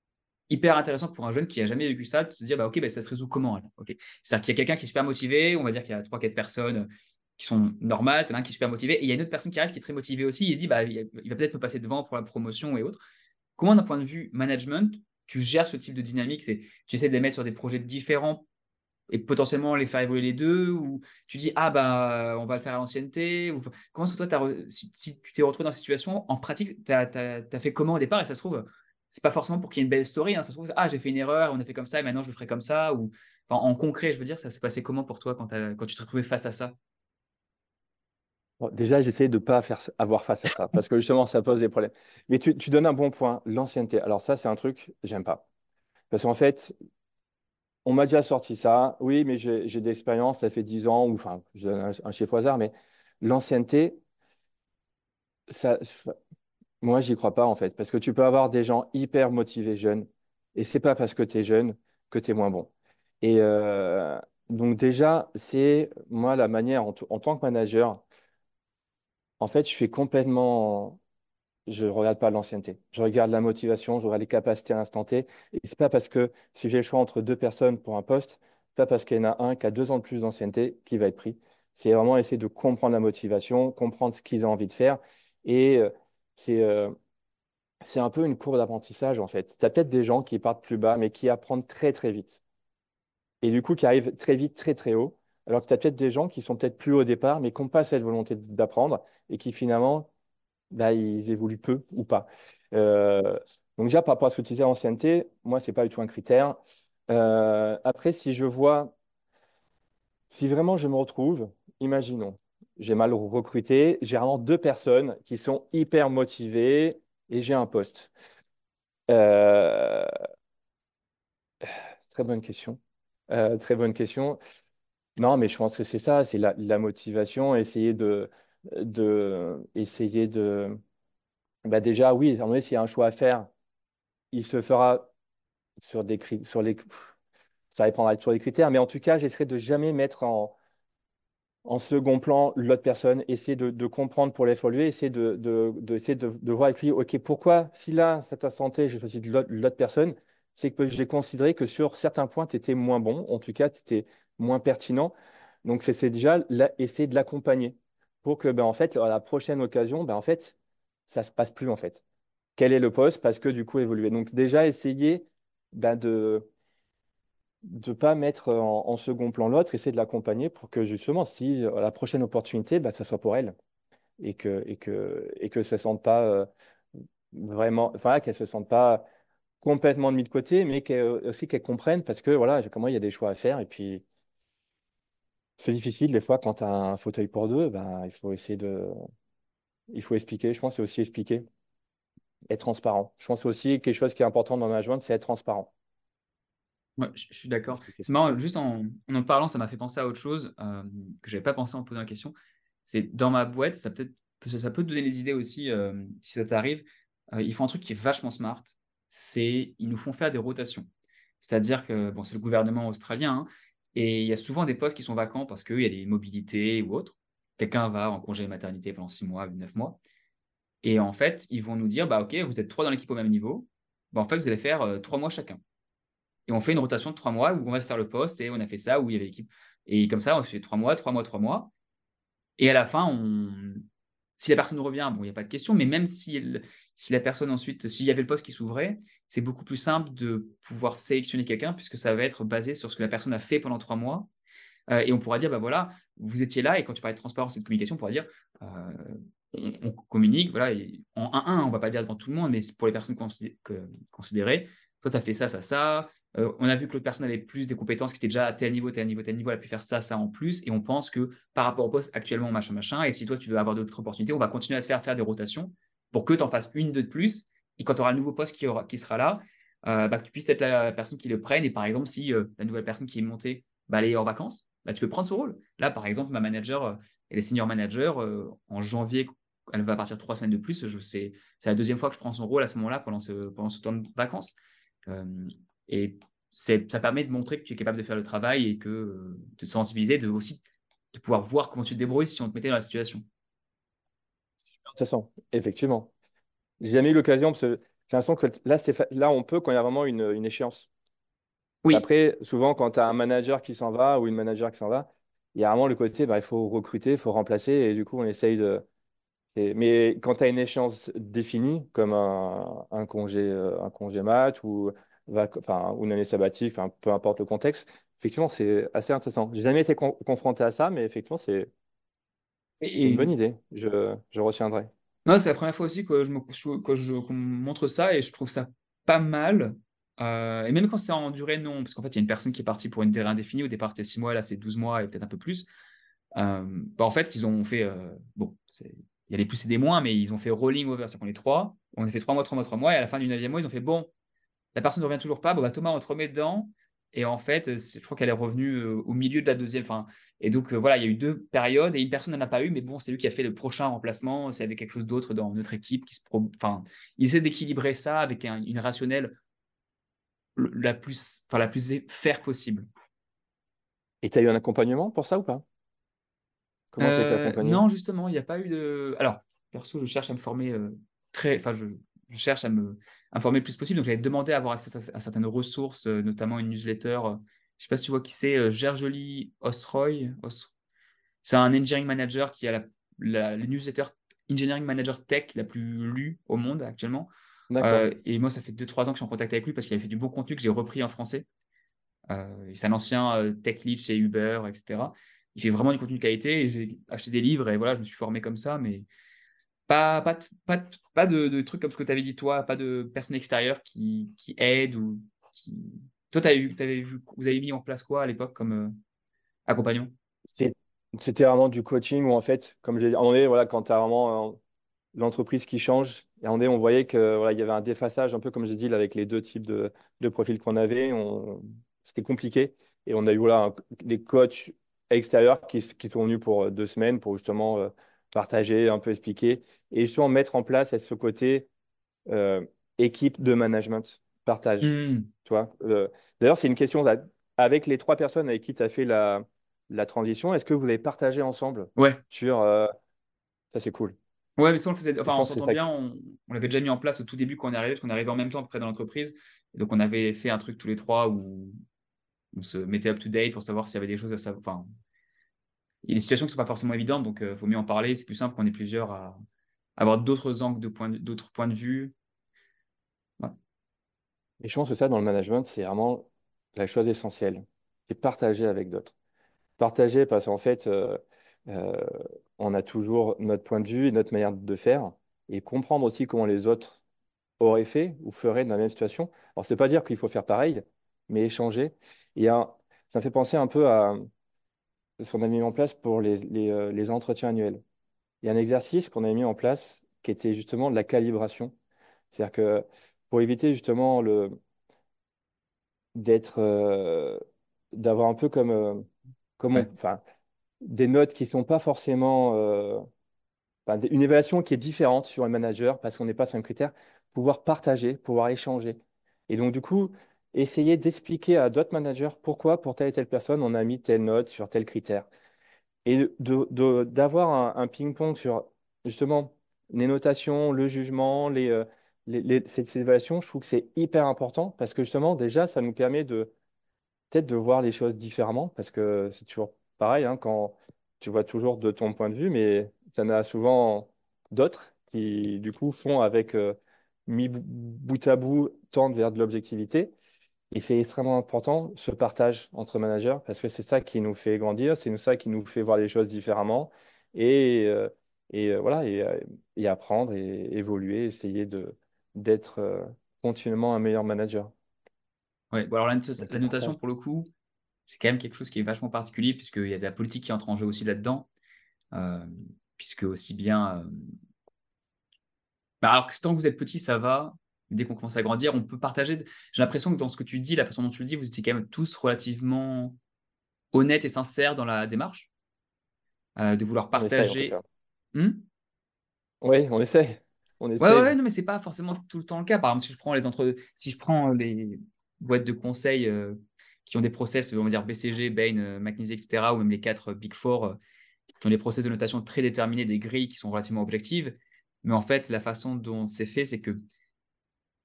hyper intéressant pour un jeune qui a jamais vécu ça, de se dire, bah, ok, bah, ça se résout comment alors. Ok. C'est-à-dire qu'il y a quelqu'un qui est super motivé, on va dire qu'il y a 3, 4 personnes qui sont normales, t'as un qui est super motivé, et il y a une autre personne qui arrive qui est très motivée aussi, il se dit, bah, il va peut-être me passer devant pour la promotion et autres. Comment, d'un point de vue management, tu gères ce type de dynamique? Tu essaies de les mettre sur des projets différents et potentiellement les faire évoluer les deux, ou tu dis, ah bah, on va le faire à l'ancienneté, ou comment est-ce que toi, si tu t'es retrouvé dans cette situation, en pratique, t'as fait comment au départ? Et ça se trouve, c'est pas forcément pour qu'il y ait une belle story, hein, ça se trouve, ah, j'ai fait une erreur, on a fait comme ça, et maintenant je le ferai comme ça, ou enfin, en concret, je veux dire, ça s'est passé comment pour toi quand tu t'es retrouvé face à ça? Bon, déjà, j'essaie de ne pas avoir face à ça, parce que justement, ça pose des problèmes. Mais tu donnes un bon point, l'ancienneté. Alors ça, c'est un truc, j'aime pas. Parce qu'en fait, on m'a déjà sorti ça. Oui, mais j'ai de l'expérience, ça fait 10 ans, ou enfin, je donne un chiffre au hasard, mais l'ancienneté, ça, moi, j'y crois pas, en fait. Parce que tu peux avoir des gens hyper motivés jeunes, et c'est pas parce que tu es jeune que tu es moins bon. Et donc déjà, c'est moi la manière, en tant que manager, en fait, je fais complètement. Je ne regarde pas l'ancienneté. Je regarde la motivation, je regarde les capacités à l'instant T. Et c'est pas parce que si j'ai le choix entre deux personnes pour un poste, c'est pas parce qu'il y en a un qui a 2 ans de plus d'ancienneté qui va être pris. C'est vraiment essayer de comprendre la motivation, comprendre ce qu'ils ont envie de faire. Et c'est c'est un peu une courbe d'apprentissage en fait. Tu as peut-être des gens qui partent plus bas, mais qui apprennent très très vite. Et du coup, qui arrivent très vite, très très haut. Alors que tu as peut-être des gens qui sont peut-être plus hauts au départ, mais qui n'ont pas cette volonté d'apprendre et qui finalement bah, ils évoluent peu ou pas. Euh, donc déjà, par rapport à ce que tu disais, ancienneté, moi, c'est pas du tout un critère. Après, si je vois, si vraiment je me retrouve, imaginons, j'ai mal recruté, j'ai vraiment 2 personnes qui sont hyper motivées et j'ai un poste. Euh, Très bonne question. Très bonne question. Non, mais je pense que c'est ça, c'est la motivation, essayer de, bah déjà, oui, à un moment donné, s'il y a un choix à faire, il se fera sur sur les, ça dépendra sur les critères, mais en tout cas, j'essaierai de jamais mettre en second plan l'autre personne, essayer de comprendre pour l'évoluer, essayer essayer de voir avec lui, OK, pourquoi, si là, cette instant T, j'ai choisi de l'autre personne, c'est que j'ai considéré que sur certains points, tu étais moins bon, en tout cas, tu étais moins pertinent. Donc, c'est déjà essayer de l'accompagner pour que, ben, en fait, à la prochaine occasion, ben, en fait, ça se passe plus, en fait. Quel est le poste? Parce que du coup, évoluer. Donc, déjà, essayer ben, de pas mettre en second plan l'autre, essayer de l'accompagner pour que justement, si la prochaine opportunité, bah, ça soit pour elle et que ça ne se sente pas vraiment, enfin, qu'elle se sente pas complètement mis de côté, mais aussi qu'elle comprenne parce que voilà, comment il y a des choix à faire et puis c'est difficile des fois quand tu as un fauteuil pour deux, ben, il faut expliquer. Je pense que c'est aussi expliquer, être transparent. Je pense aussi quelque chose qui est important dans le management, c'est être transparent. Ouais, je suis d'accord. Expliquer ce C'est que tu marrant, fais. juste en parlant, ça m'a fait penser à autre chose que j'avais pas pensé en posant la question. C'est dans ma boîte, ça peut te donner des idées aussi si ça t'arrive. Ils font un truc qui est vachement smart, c'est ils nous font faire des rotations. C'est-à-dire que bon, c'est le gouvernement australien hein, et il y a souvent des postes qui sont vacants parce qu'il y a des mobilités ou autres. Quelqu'un va en congé maternité pendant 6 mois, 9 mois. Et en fait, ils vont nous dire, bah ok, vous êtes 3 dans l'équipe au même niveau. Bah, en fait, vous allez faire 3 mois chacun. Et on fait une rotation de 3 mois où on va se faire le poste et on a fait ça où il y avait l'équipe. Et comme ça, on se fait 3 mois, 3 mois, 3 mois. Et à la fin, si la personne revient, bon, il n'y a pas de question, mais même si la personne ensuite, s'il y avait le poste qui s'ouvrait, c'est beaucoup plus simple de pouvoir sélectionner quelqu'un puisque ça va être basé sur ce que la personne a fait pendant 3 mois. Et on pourra dire, bah voilà, vous étiez là et quand tu parlais de transparence et de communication, on pourra dire, on communique, voilà, et en 1-1, on ne va pas dire devant tout le monde, mais pour les personnes considérées, toi, tu as fait ça, ça, ça. On a vu que l'autre personne avait plus des compétences qui étaient déjà à tel niveau, tel niveau, tel niveau, elle a pu faire ça, ça en plus. Et on pense que par rapport au poste actuellement, machin, machin, et si toi, tu veux avoir d'autres opportunités, on va continuer à te faire des rotations pour que tu en fasses une, deux de plus. Et quand tu auras le nouveau poste qui sera là, bah, que tu puisses être la personne qui le prenne. Et par exemple, si la nouvelle personne qui est montée, bah, elle est en vacances, bah, tu peux prendre son rôle. Là, par exemple, ma manager, elle est senior manager. En janvier, elle va partir 3 semaines de plus. C'est la deuxième fois que je prends son rôle à ce moment-là pendant ce temps de vacances. Euh, et ça permet de montrer que tu es capable de faire le travail et de te sensibiliser, aussi de pouvoir voir comment tu te débrouilles si on te mettait dans la situation. De toute façon, effectivement. J'ai jamais eu l'occasion, j'ai l'impression que là, là, on peut quand il y a vraiment une échéance. Oui, Après, souvent, quand tu as un manager qui s'en va ou une manager qui s'en va, il y a vraiment le côté, bah, il faut recruter, il faut remplacer, et du coup, on essaye de. Mais quand tu as une échéance définie, comme un congé mat ou, enfin, ou une année sabbatique, enfin, peu importe le contexte, effectivement, c'est assez intéressant. J'ai jamais été confronté à ça, mais effectivement, c'est une et bonne idée. Je retiendrai. non, c'est la première fois aussi que qu'on me montre ça et je trouve ça pas mal. Et même quand c'est en durée, non, parce qu'en fait, il y a une personne qui est partie pour une durée indéfinie. Au départ, c'était 6 mois, là, c'est 12 mois et peut-être un peu plus. Bah, en fait, ils ont fait. Bon, il y a des plus et des moins, mais ils ont fait rolling over, c'est qu'on est trois. On a fait 3 mois, 3 mois, 3 mois, et à la fin du 9e mois, ils ont fait bon, la personne ne revient toujours pas. Bon, bah, Thomas, on te remet dedans. Et en fait, je crois qu'elle est revenue au milieu de la deuxième. Enfin, et donc, voilà, il y a eu 2 périodes et une personne n'en a pas eu. Mais bon, c'est lui qui a fait le prochain remplacement. S'il y avait quelque chose d'autre dans notre équipe Enfin, il essaie d'équilibrer ça avec une rationnelle la plus fair possible. Et tu as eu un accompagnement pour ça ou pas? Comment tu as été accompagné? Non, justement, il n'y a pas eu de. Alors, perso, je cherche à me former Enfin, je cherche à me former le plus possible. Donc, j'avais demandé à avoir accès à certaines ressources, notamment une newsletter. Je ne sais pas si tu vois qui c'est, Gergely Osroy. C'est un engineering manager qui a la newsletter Engineering Manager Tech la plus lue au monde actuellement. D'accord. Et moi, ça fait 2-3 ans que je suis en contact avec lui parce qu'il avait fait du bon contenu que j'ai repris en français. C'est un ancien tech lead chez Uber, etc. Il fait vraiment du contenu de qualité et j'ai acheté des livres et voilà, je me suis formé comme ça, mais pas de trucs comme ce que tu avais dit toi, pas de personnes extérieures qui aident ou qui. Toi, vous avez mis en place quoi à l'époque comme accompagnement? C'est- C'était vraiment du coaching où, en fait, comme j'ai dit, à un moment donné, voilà, quand tu as vraiment l'entreprise qui change, et à un moment donné, on voyait que, voilà, il y avait un déphasage, un peu comme j'ai dit, là, avec les deux types de profils qu'on avait. C'était compliqué. Et on a eu voilà, des coachs extérieurs qui sont venus pour 2 semaines pour justement partager, un peu expliquer, et justement mettre en place ce côté euh, équipe de management, partage. Hmm, Tu vois. D'ailleurs, c'est une question avec les 3 personnes avec qui tu as fait la transition. Est-ce que vous avez partagé ensemble ouais. sur ça, c'est cool. Ouais, mais ça, on le faisait. Et je Enfin, on pense que c'est s'entend ça bien. On l'avait déjà mis en place au tout début quand on est arrivé, parce qu'on est arrivé en même temps après dans l'entreprise. Et donc, on avait fait un truc tous les trois où on se mettait up to date pour savoir s'il y avait des choses à savoir. Enfin, il y a des situations qui ne sont pas forcément évidentes, donc il faut mieux en parler. C'est plus simple qu'on est plusieurs à avoir d'autres angles d'autres points de vue. Ouais. Et je pense que ça, dans le management, c'est vraiment la chose essentielle. C'est partager avec d'autres. Partager parce qu'en fait, euh, on a toujours notre point de vue et notre manière de faire et comprendre aussi comment les autres auraient fait ou feraient dans la même situation. Alors, c'est pas dire qu'il faut faire pareil, mais échanger. Et ça me fait penser un peu à ce qu'on a mis en place pour les entretiens annuels. Il y a un exercice qu'on a mis en place qui était justement de la calibration. C'est-à-dire que pour éviter justement d'être, d'avoir un peu Ouais. enfin, des notes qui sont pas forcément, enfin, une évaluation qui est différente sur un manager parce qu'on n'est pas sur un critère, pouvoir partager, pouvoir échanger. Et donc, du coup, essayer d'expliquer à d'autres managers pourquoi, pour telle et telle personne, on a mis telle note sur tel critère. Et d'avoir un ping-pong sur justement les notations, le jugement, ces évaluations, je trouve que c'est hyper important parce que justement, déjà, ça nous permet de peut-être de voir les choses différemment parce que c'est toujours pareil, hein, quand tu vois toujours de ton point de vue, mais ça en a souvent d'autres qui, du coup, font avec mis bout à bout, tendent vers de l'objectivité. Et c'est extrêmement important ce partage entre managers parce que c'est ça qui nous fait grandir, c'est ça qui nous fait voir les choses différemment et, voilà, et apprendre et évoluer, essayer d'être continuellement un meilleur manager. Ouais. Bon, alors Donc la le notation, partage. pour le coup, c'est quand même quelque chose qui est vachement particulier, puisqu'il y a de la politique qui entre en jeu aussi là-dedans. Euh, Puisque aussi bien. Bah, alors que tant que vous êtes petit, ça va. Dès qu'on commence à grandir, on peut partager. J'ai l'impression que dans ce que tu dis, la façon dont tu le dis, vous étiez quand même tous relativement honnêtes et sincères dans la démarche, de vouloir On essaye en tout cas. partager. Hmm. Oui, on essaye. On Ouais, ouais, essaye. ouais, non, mais c'est pas forcément tout le temps le cas. Par exemple, si je prends les boîtes de conseil qui ont des process, on va dire BCG, Bain, McKinsey, etc., ou même les quatre Big Four qui ont des process de notation très déterminés, des grilles qui sont relativement objectives. Mais en fait, la façon dont c'est fait, c'est que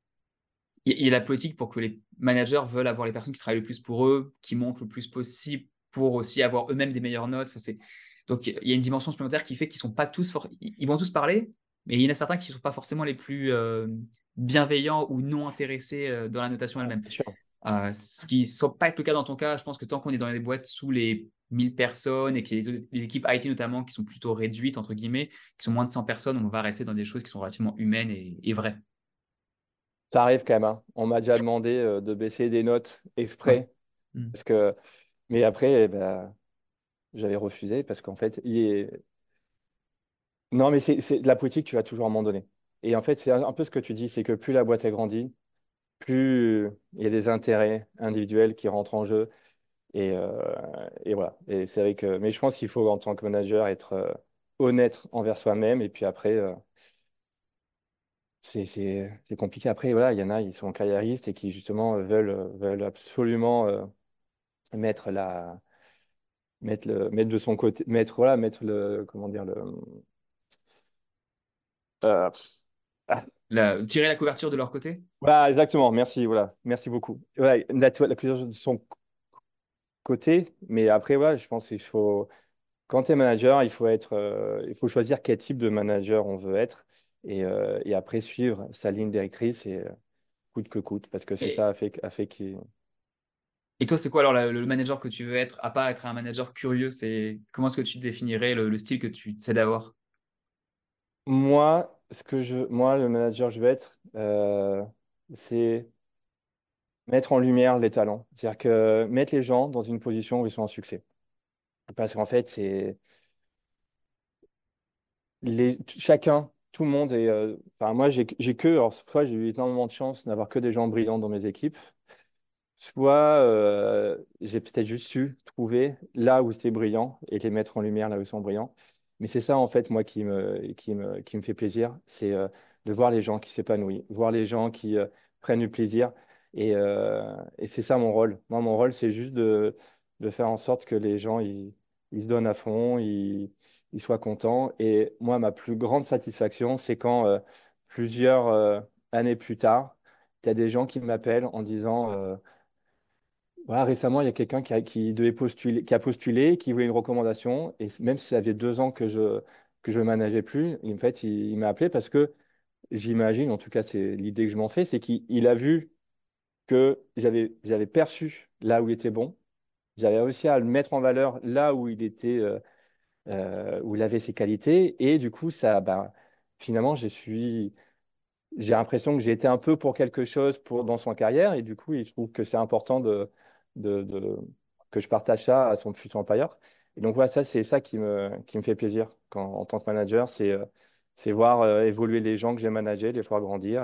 il y a la politique pour que les managers veulent avoir les personnes qui travaillent le plus pour eux, qui montrent le plus possible pour aussi avoir eux-mêmes des meilleures notes. Enfin, donc, il y a une dimension supplémentaire qui fait qu'ils sont pas tous ils vont tous parler, mais il y en a certains qui ne sont pas forcément les plus bienveillants ou non intéressés dans la notation elle-même. Bien sûr. Ce qui ne semble pas être le cas dans ton cas. Je pense que tant qu'on est dans les boîtes sous les 1000 personnes et qu'il y a les équipes IT notamment qui sont plutôt réduites, entre guillemets, qui sont moins de 100 personnes, on va rester dans des choses qui sont relativement humaines et vraies. Ça arrive quand même, hein. On m'a déjà demandé de baisser des notes Ouais. exprès. Mm. Parce que... Mais après, eh ben, j'avais refusé parce qu'en fait, non, mais c'est de la politique, tu vas toujours à un moment donné. Et en fait, c'est un peu ce que tu dis, c'est que plus la boîte est grandie, plus il y a des intérêts individuels qui rentrent en jeu. Et voilà. Et c'est vrai que... Mais je pense qu'il faut, en tant que manager, être honnête envers soi-même. Et puis après, c'est compliqué. Après, voilà, il y en a, ils sont carriéristes et qui, justement, veulent absolument mettre mettre de son côté, voilà, mettre le, comment dire, euh, ah, Tirer la couverture de leur côté. voilà, exactement, merci, voilà, merci beaucoup. Voilà, la culture de son côté, mais après, voilà, je pense qu'il faut, quand tu es manager, il faut choisir quel type de manager on veut être et après suivre sa ligne directrice et coûte que coûte, parce que c'est ça Et, a fait qu'il... et toi, c'est quoi alors le manager que tu veux être, à part être un manager curieux, c'est comment est-ce que tu définirais le style que tu sais d'avoir? Moi, le manager que je veux être, c'est mettre en lumière les talents. C'est-à-dire que mettre les gens dans une position où ils sont en succès. Parce qu'en fait, chacun, tout le monde est. Enfin, moi, j'ai que. Alors, soit j'ai eu énormément de chance d'avoir que des gens brillants dans mes équipes, soit j'ai peut-être juste su trouver là où c'était brillant et les mettre en lumière là où ils sont brillants. Mais c'est ça, en fait, moi, qui me fait plaisir, c'est de voir les gens qui s'épanouissent, voir les gens qui prennent du plaisir. Et c'est ça mon rôle. Moi, mon rôle, c'est juste de faire en sorte que les gens, ils se donnent à fond, ils soient contents. Et moi, ma plus grande satisfaction, c'est quand plusieurs années plus tard, tu as des gens qui m'appellent en disant voilà, récemment, il y a quelqu'un qui devait postuler, qui a postulé, qui voulait une recommandation. Et même si ça faisait 2 ans que je ne manageais plus, en fait, il m'a appelé parce que j'imagine, en tout cas, c'est l'idée que je m'en fais, c'est qu'il a vu que j'avais perçu là où il était bon. J'avais réussi à le mettre en valeur là où il était, où il avait ses qualités. Et du coup, finalement, j'ai l'impression que j'ai été un peu pour quelque chose dans son carrière et du coup, il trouve que c'est important que je partage ça à son futur employeur. Et donc, voilà, ça, c'est ça qui me fait plaisir en tant que manager, c'est voir évoluer les gens que j'ai managés, les voir grandir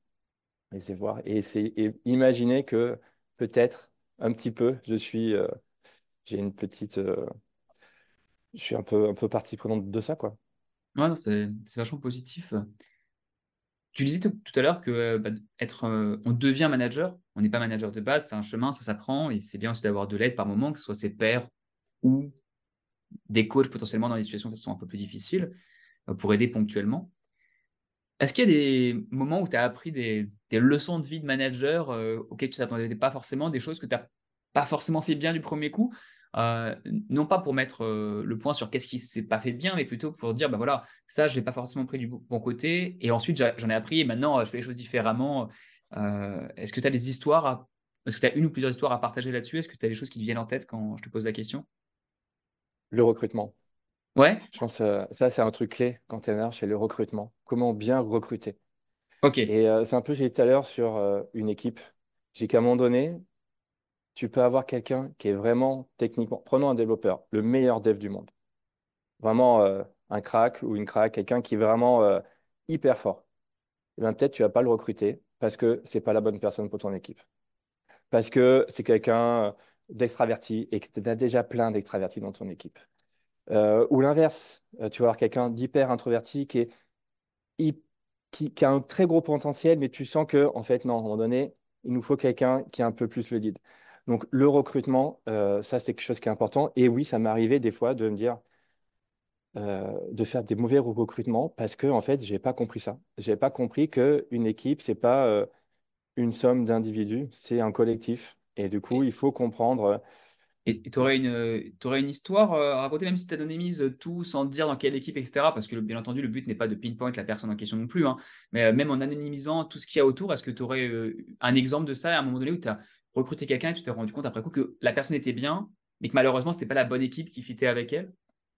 et imaginer que peut-être un petit peu, j'ai une petite, je suis un peu partie prenante de ça, quoi. Ouais, non, c'est vachement positif. Tu disais tout à l'heure que on devient manager, on n'est pas manager de base, c'est un chemin, ça s'apprend, et c'est bien aussi d'avoir de l'aide par moment, que ce soit ses pairs ou des coachs potentiellement dans des situations qui sont un peu plus difficiles, pour aider ponctuellement. Est-ce qu'il y a des moments où tu as appris des leçons de vie de manager auxquelles tu ne t'attendais pas forcément, des choses que tu n'as pas forcément fait bien du premier coup? Euh, non pas pour mettre le point sur qu'est-ce qui s'est pas fait bien, mais plutôt pour dire, bah voilà, ça, je l'ai pas forcément pris du bon côté, et ensuite j'en ai appris, et maintenant je fais les choses différemment. Est-ce que tu as des histoires Est-ce que tu as une ou plusieurs histoires à partager là-dessus? Est-ce que tu as des choses qui te viennent en tête quand je te pose la question? Le recrutement. Ouais? Je pense ça, c'est un truc clé quand tu es manager, c'est le recrutement. Comment bien recruter. Ok. Et c'est un peu, j'ai dit tout à l'heure sur une équipe. J'ai qu'à un moment donné, tu peux avoir quelqu'un qui est vraiment techniquement. Prenons un développeur, le meilleur dev du monde. Vraiment un crack ou une crack, quelqu'un qui est vraiment hyper fort. Et bien peut-être tu vas pas le recruter parce que c'est pas la bonne personne pour ton équipe. Parce que c'est quelqu'un d'extraverti et que tu as déjà plein d'extravertis dans ton équipe. Ou l'inverse, tu vas avoir quelqu'un d'hyper introverti hy- qui a un très gros potentiel, mais tu sens que, en fait, non, à un moment donné, il nous faut quelqu'un qui est un peu plus le lead. Donc, le recrutement, ça, c'est quelque chose qui est important. Et oui, ça m'est arrivé des fois de me dire, de faire des mauvais recrutements parce que, en fait, j'ai pas compris ça. J'ai pas compris qu'une équipe, c'est pas une somme d'individus, c'est un collectif. Et du coup, il faut comprendre. Et tu aurais t'aurais une histoire à raconter, même si tu anonymises tout sans te dire dans quelle équipe, etc. Parce que bien entendu, le but n'est pas de pinpoint la personne en question non plus, hein. Mais même en anonymisant tout ce qu'il y a autour, est-ce que tu aurais un exemple de ça à un moment donné où tu as recruté quelqu'un et tu t'es rendu compte après coup que la personne était bien, mais que malheureusement, c'était pas la bonne équipe qui fitait avec elle?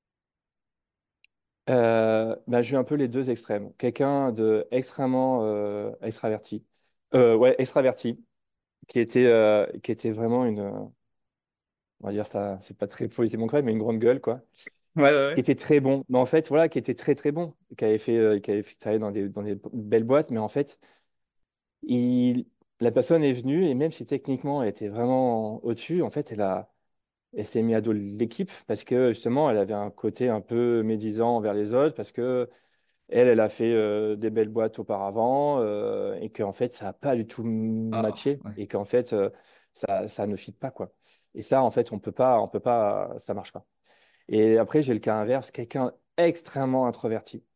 Bah, j'ai eu un peu les deux extrêmes. Quelqu'un de extrêmement extraverti. Ouais, extraverti, qui était vraiment une, on va dire ça, c'est pas très politiquement correct, mais une grande gueule, quoi. Ouais, ouais, Qui ouais. était très bon. Mais en fait, voilà, qui était très très bon, qui avait fait travailler dans des belles boîtes, mais en fait, il, la personne est venue et même si techniquement elle était vraiment au-dessus, en fait, elle s'est mise à dos l'équipe parce que justement, elle avait un côté un peu médisant envers les autres parce que elle a fait des belles boîtes auparavant et qu'en fait, ça n'a pas du tout Ah, matché ouais. et qu'en fait, ça ne fit pas, quoi. Et ça, en fait, on peut pas, ça marche pas. Et après, j'ai le cas inverse, quelqu'un extrêmement introverti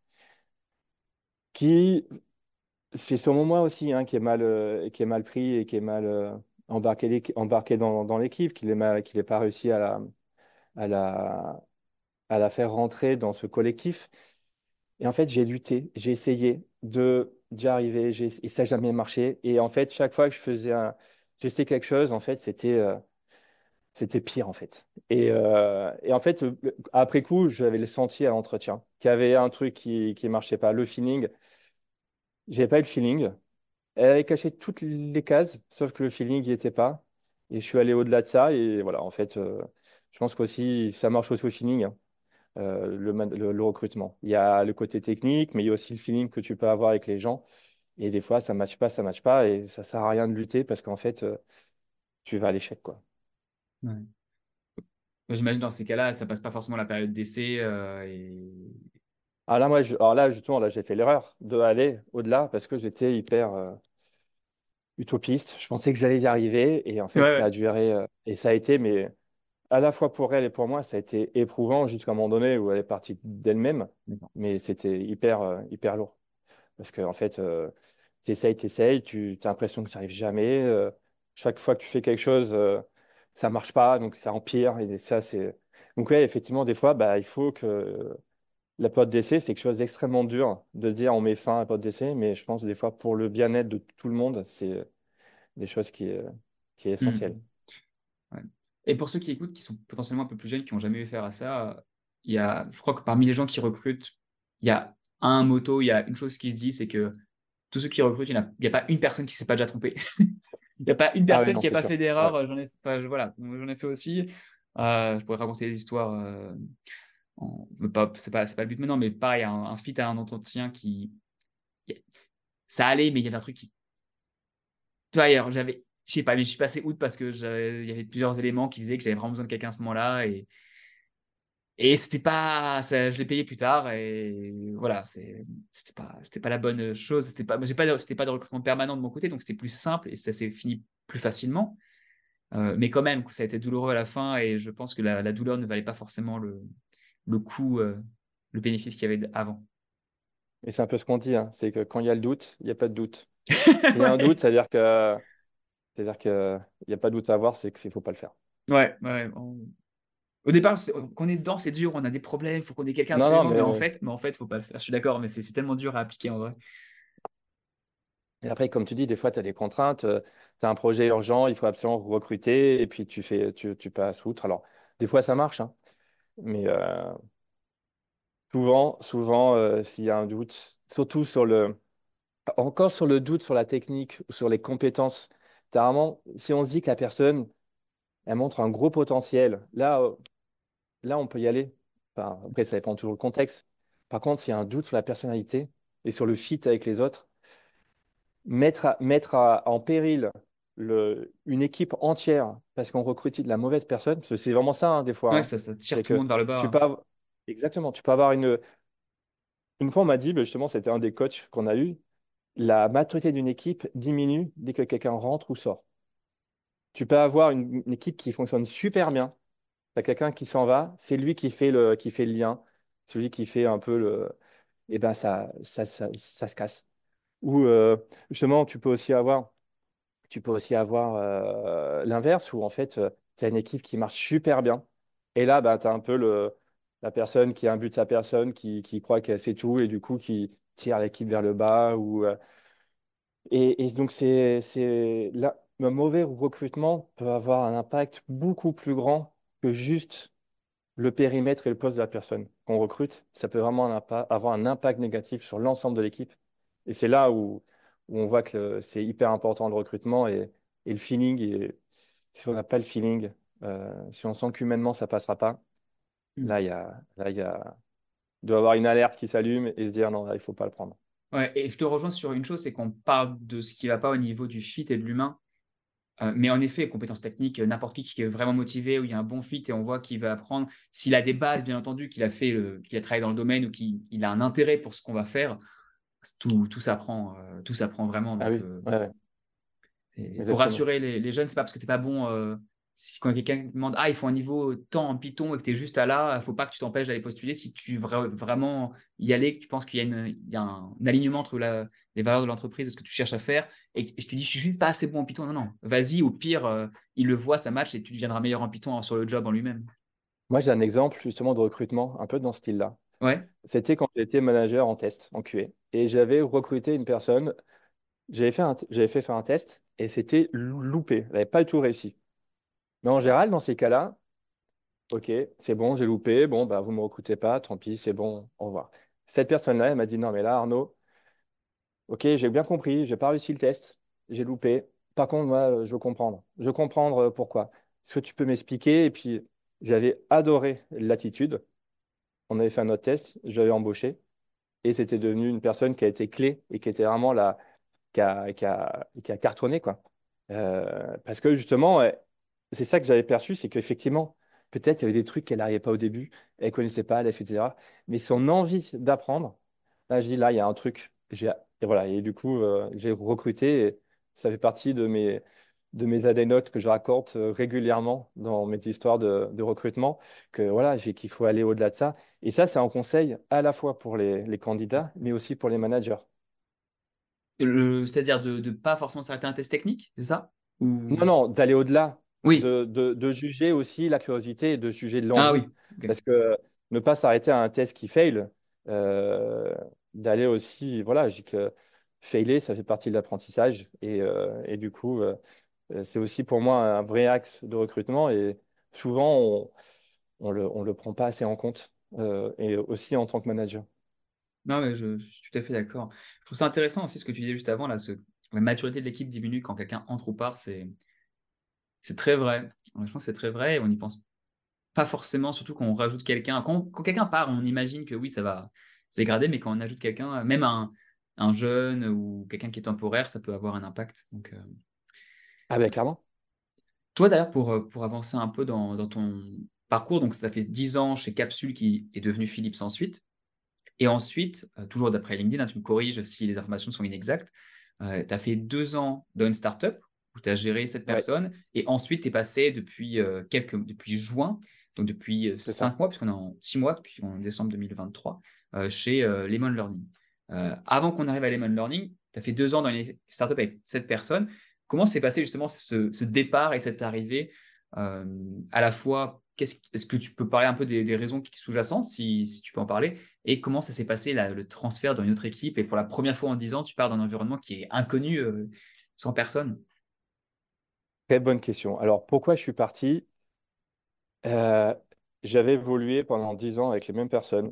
qui c'est sûrement moi aussi hein, qui est mal pris et qui est mal embarqué dans l'équipe, qu'il n'ait pas réussi à la, à la faire rentrer dans ce collectif. Et en fait, j'ai lutté, j'ai essayé d'y arriver, et ça n'a jamais marché. Et en fait, chaque fois que j'essayais quelque chose, en fait, c'était pire, en fait. Et en fait, après coup, j'avais le senti à l'entretien qu'il y avait un truc qui ne marchait pas. Le feeling, j'avais pas eu le feeling. Elle avait caché toutes les cases, sauf que le feeling n'y était pas. Et je suis allé au-delà de ça. Et voilà, en fait, je pense qu'aussi, ça marche aussi au feeling, hein, le recrutement. Il y a le côté technique, mais il y a aussi le feeling que tu peux avoir avec les gens. Et des fois, ça ne matche pas, ça ne matche pas. Et ça ne sert à rien de lutter parce qu'en fait, tu vas à l'échec, quoi. Ouais. J'imagine dans ces cas-là, ça passe pas forcément la période d'essai Alors là, alors là, justement, là, j'ai fait l'erreur d'aller au-delà parce que j'étais hyper utopiste. Je pensais que j'allais y arriver. Et en Ouais, fait, ça a ouais. duré. Et ça a été, mais à la fois pour elle et pour moi, ça a été éprouvant jusqu'à un moment donné où elle est partie d'elle-même, D'accord. mais c'était hyper lourd. Parce qu'en fait, t'essayes, tu as l'impression que ça n'arrive jamais. Chaque fois que tu fais quelque chose, ça marche pas, donc ça empire. Et ça, c'est... Donc ouais, effectivement, des fois, bah, il faut que la période d'essai, c'est quelque chose d'extrêmement dur de dire on met fin à la période d'essai, mais je pense des fois, pour le bien-être de tout le monde, c'est des choses qui est essentielle. Hmm. Ouais. Et pour ceux qui écoutent, qui sont potentiellement un peu plus jeunes, qui n'ont jamais eu affaire à ça, il y a, je crois que parmi les gens qui recrutent, il y a un motto, il y a une chose qui se dit, c'est que tous ceux qui recrutent, il y a pas une personne qui s'est pas déjà trompée. Il n'y a pas une Ah oui, personne non, qui n'a c'est pas sûr. fait Ouais. d'erreur. Voilà, j'en ai fait aussi. Je pourrais raconter des histoires. C'est pas le but maintenant, mais pareil, un fit à un entretien ça allait, mais il y avait un truc qui. Tu vois, alors, je sais pas, mais je suis passé outre parce que il y avait plusieurs éléments qui faisaient que j'avais vraiment besoin de quelqu'un à ce moment-là et c'était pas, ça, je l'ai payé plus tard et voilà, c'était pas la bonne chose. C'était pas de recrutement permanent de mon côté, donc c'était plus simple et ça s'est fini plus facilement. Mais quand même, ça a été douloureux à la fin et je pense que la douleur ne valait pas forcément le coût, le bénéfice qu'il y avait avant. Et c'est un peu ce qu'on dit, hein, c'est que quand il y a le doute, il n'y a pas de doute. S'il y a un doute, Ouais, c'est-à-dire que il n'y a pas de doute à avoir, c'est qu'il ne faut pas le faire. ouais. Au départ, quand on est dedans, c'est dur, on a des problèmes, il faut qu'on ait quelqu'un Non, non, absolument, mais mais en fait, faut pas le faire. Je suis d'accord, mais c'est tellement dur à appliquer en vrai. et après, comme tu dis, des fois, tu as des contraintes, tu as un projet urgent, il faut absolument recruter, et puis tu passes outre. Alors, des fois, ça marche, hein, mais souvent, s'il y a un doute, surtout encore sur le doute sur la technique ou sur les compétences, t'as vraiment, si on se dit que la personne, elle montre un gros potentiel, là, on peut y aller. Enfin, après, ça dépend toujours du contexte. Par contre, s'il y a un doute sur la personnalité et sur le fit avec les autres, en péril une équipe entière parce qu'on recrute de la mauvaise personne, parce que c'est vraiment ça, hein, des fois, Ouais, hein. ça tire C'est tout le que monde vers le bas, tu hein. peux avoir... Exactement, tu peux avoir une... Une fois, on m'a dit, bah, justement, c'était un des coachs qu'on a eu, la maturité d'une équipe diminue dès que quelqu'un rentre ou sort. Tu peux avoir une équipe qui fonctionne super bien. Tu as quelqu'un qui s'en va, c'est lui qui fait le lien, celui qui fait un peu le... Eh ben, ça se casse. Ou justement, tu peux aussi avoir Tu peux aussi avoir l'inverse où en fait, tu as une équipe qui marche super bien. Et là, bah, tu as un peu la personne qui imbute sa personne, qui croit que c'est tout et du coup qui tire l'équipe vers le bas. Et donc, là, un mauvais recrutement peut avoir un impact beaucoup plus grand que juste le périmètre et le poste de la personne qu'on recrute. Ça peut vraiment avoir un impact négatif sur l'ensemble de l'équipe. Et c'est là où on voit que c'est hyper important le recrutement et le feeling. Et si on n'a pas le feeling, si on sent qu'humainement ça passera pas, Hmm. il doit y avoir une alerte qui s'allume et se dire non, là, il faut pas le prendre. Ouais, et je te rejoins sur une chose, c'est qu'on parle de ce qui va pas au niveau du fit et de l'humain. Mais en effet, compétences techniques, n'importe qui est vraiment motivé, où il y a un bon fit et on voit qu'il va apprendre, s'il a des bases, bien entendu, qu'il a travaillé dans le domaine ou qu'il a un intérêt pour ce qu'on va faire, tout s'apprend, tout s'apprend vraiment. Ah Donc, oui, ouais, ouais, pour exactement. rassurer les jeunes, c'est pas parce que t'es pas bon. Quand quelqu'un te demande, ah, il faut un niveau tant en Python et que tu es juste à là, il faut pas que tu t'empêches d'aller postuler si tu veux vraiment y aller, que tu penses qu'il y a un alignement entre les valeurs de l'entreprise et ce que tu cherches à faire. Et je te dis, je suis juste pas assez bon en Python. Non, non, vas-y, au pire, il le voit, ça match et tu deviendras meilleur en Python sur le job en lui-même. Moi, j'ai un exemple justement de recrutement un peu dans ce style-là. Ouais, C'était quand j'étais manager en test, en QA. Et j'avais recruté une personne, j'avais fait faire un test et c'était loupé. Elle n'avait pas du tout réussi. Mais en général, dans ces cas-là, ok, c'est bon, j'ai loupé. Bon, bah, vous ne me recrutez pas, tant pis, c'est bon, au revoir. Cette personne-là, elle m'a dit, non, mais là, Arnaud, ok, j'ai bien compris, j'ai pas réussi le test, j'ai loupé. Par contre, moi, je veux comprendre. Je veux comprendre pourquoi. Est-ce que tu peux m'expliquer? Et puis, j'avais adoré l'attitude. On avait fait un autre test, j'avais embauché. Et c'était devenu une personne qui a été clé et qui était vraiment là, qui a cartonné, quoi. Parce que justement, c'est ça que j'avais perçu, c'est qu'effectivement, peut-être il y avait des trucs qu'elle n'arrivait pas au début, elle ne connaissait pas, elle a fait, etc. Mais son envie d'apprendre, là, je dis, là, il y a un truc. Et voilà, et du coup, j'ai recruté, et ça fait partie de mes anecdotes que je raconte régulièrement dans mes histoires de recrutement, que voilà, qu'il faut aller au-delà de ça. Et ça, c'est un conseil à la fois pour les candidats, mais aussi pour les managers. c'est-à-dire de ne pas forcément s'arrêter à un test technique, c'est ça? Non, Ou... non, d'aller au-delà, Oui, de juger aussi la curiosité et de juger ah l'envie. oui, ok. Parce que ne pas s'arrêter à un test qui fail, d'aller aussi, voilà, je dis que failer, ça fait partie de l'apprentissage. Et du coup, c'est aussi pour moi un vrai axe de recrutement. Et souvent, on le prend pas assez en compte, et aussi en tant que manager. Non, mais je suis tout à fait d'accord. Je trouve ça intéressant aussi ce que tu disais juste avant, là, la maturité de l'équipe diminue quand quelqu'un entre ou part, c'est très vrai. Ouais, je pense que c'est très vrai et on n'y pense pas forcément, surtout quand on rajoute quelqu'un. Quand quelqu'un part, on imagine que oui, ça va se dégrader, mais quand on ajoute quelqu'un, même un jeune ou quelqu'un qui est temporaire, ça peut avoir un impact. Donc, Ah ben clairement. toi, d'ailleurs, pour avancer un peu dans ton parcours, donc ça fait 10 ans chez Capsule qui est devenu Philips ensuite. Et ensuite, toujours d'après LinkedIn, hein, tu me corriges si les informations sont inexactes, tu as fait 2 ans dans une startup où tu as géré cette Ouais, personne. Et ensuite, tu es passé depuis juin, donc depuis c'est ça. 5 mois, puisqu'on est en 6 mois, depuis en décembre 2023, chez Lemon Learning. Avant qu'on arrive à Lemon Learning, tu as fait 2 ans dans une startup avec cette personne. Comment s'est passé justement ce départ et cette arrivée à la fois, est-ce que tu peux parler un peu des raisons qui sous-jacentes, si tu peux en parler, et comment ça s'est passé le transfert dans une autre équipe, et pour la première fois en 10 ans, tu pars d'un environnement qui est inconnu, sans personne. Très bonne question. Alors, pourquoi je suis parti? Euh, J'avais évolué pendant 10 ans avec les mêmes personnes.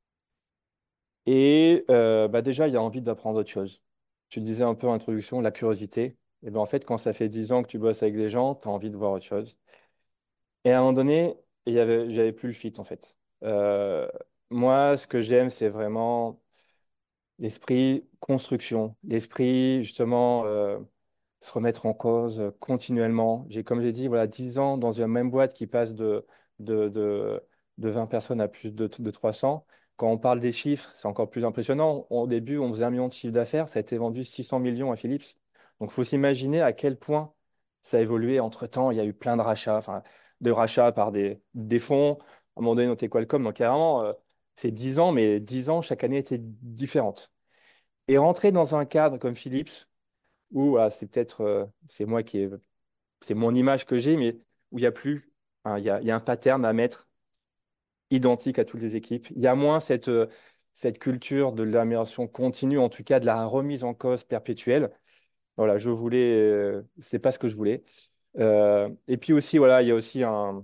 Et bah déjà, il y a envie d'apprendre autre chose. Tu disais un peu en introduction, la curiosité. Et ben en fait, quand ça fait 10 ans que tu bosses avec des gens, tu as envie de voir autre chose. Et à un moment donné, j'avais plus le fit, en fait. Moi, ce que j'aime, c'est vraiment l'esprit construction, l'esprit, justement, se remettre en cause continuellement. Comme j'ai dit, voilà, 10 ans dans une même boîte qui passe de, de, de 20 personnes à plus de 300. Quand on parle des chiffres, c'est encore plus impressionnant. Au début, on faisait 1 million de chiffre d'affaires, ça a été vendu 600 millions à Philips. Donc, il faut s'imaginer à quel point ça a évolué. Entre-temps, il y a eu plein de rachats, enfin, de rachats par des fonds. À un moment donné, noté Qualcomm. Donc, carrément, c'est 10 ans, mais 10 ans, chaque année était différente. Et rentrer dans un cadre comme Philips, où voilà, c'est peut-être c'est mon image que j'ai, mais où il y a plus, hein, il y a un pattern à mettre identique à toutes les équipes. Il y a moins cette culture de l'amélioration continue, en tout cas de la remise en cause perpétuelle. Voilà, c'est pas ce que je voulais. Et puis aussi, voilà, il y a aussi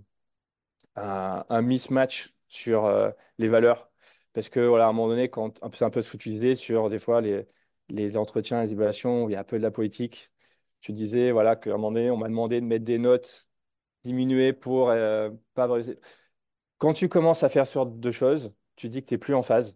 un mismatch sur les valeurs. Parce que, voilà, à un moment donné, quand c'est un peu ce que tu disais sur des fois les entretiens, les évaluations, où il y a un peu de la politique, tu disais, voilà, qu'à un moment donné, on m'a demandé de mettre des notes diminuées pour pas valoriser. Quand tu commences à faire ce genre de choses, tu dis que tu n'es plus en phase.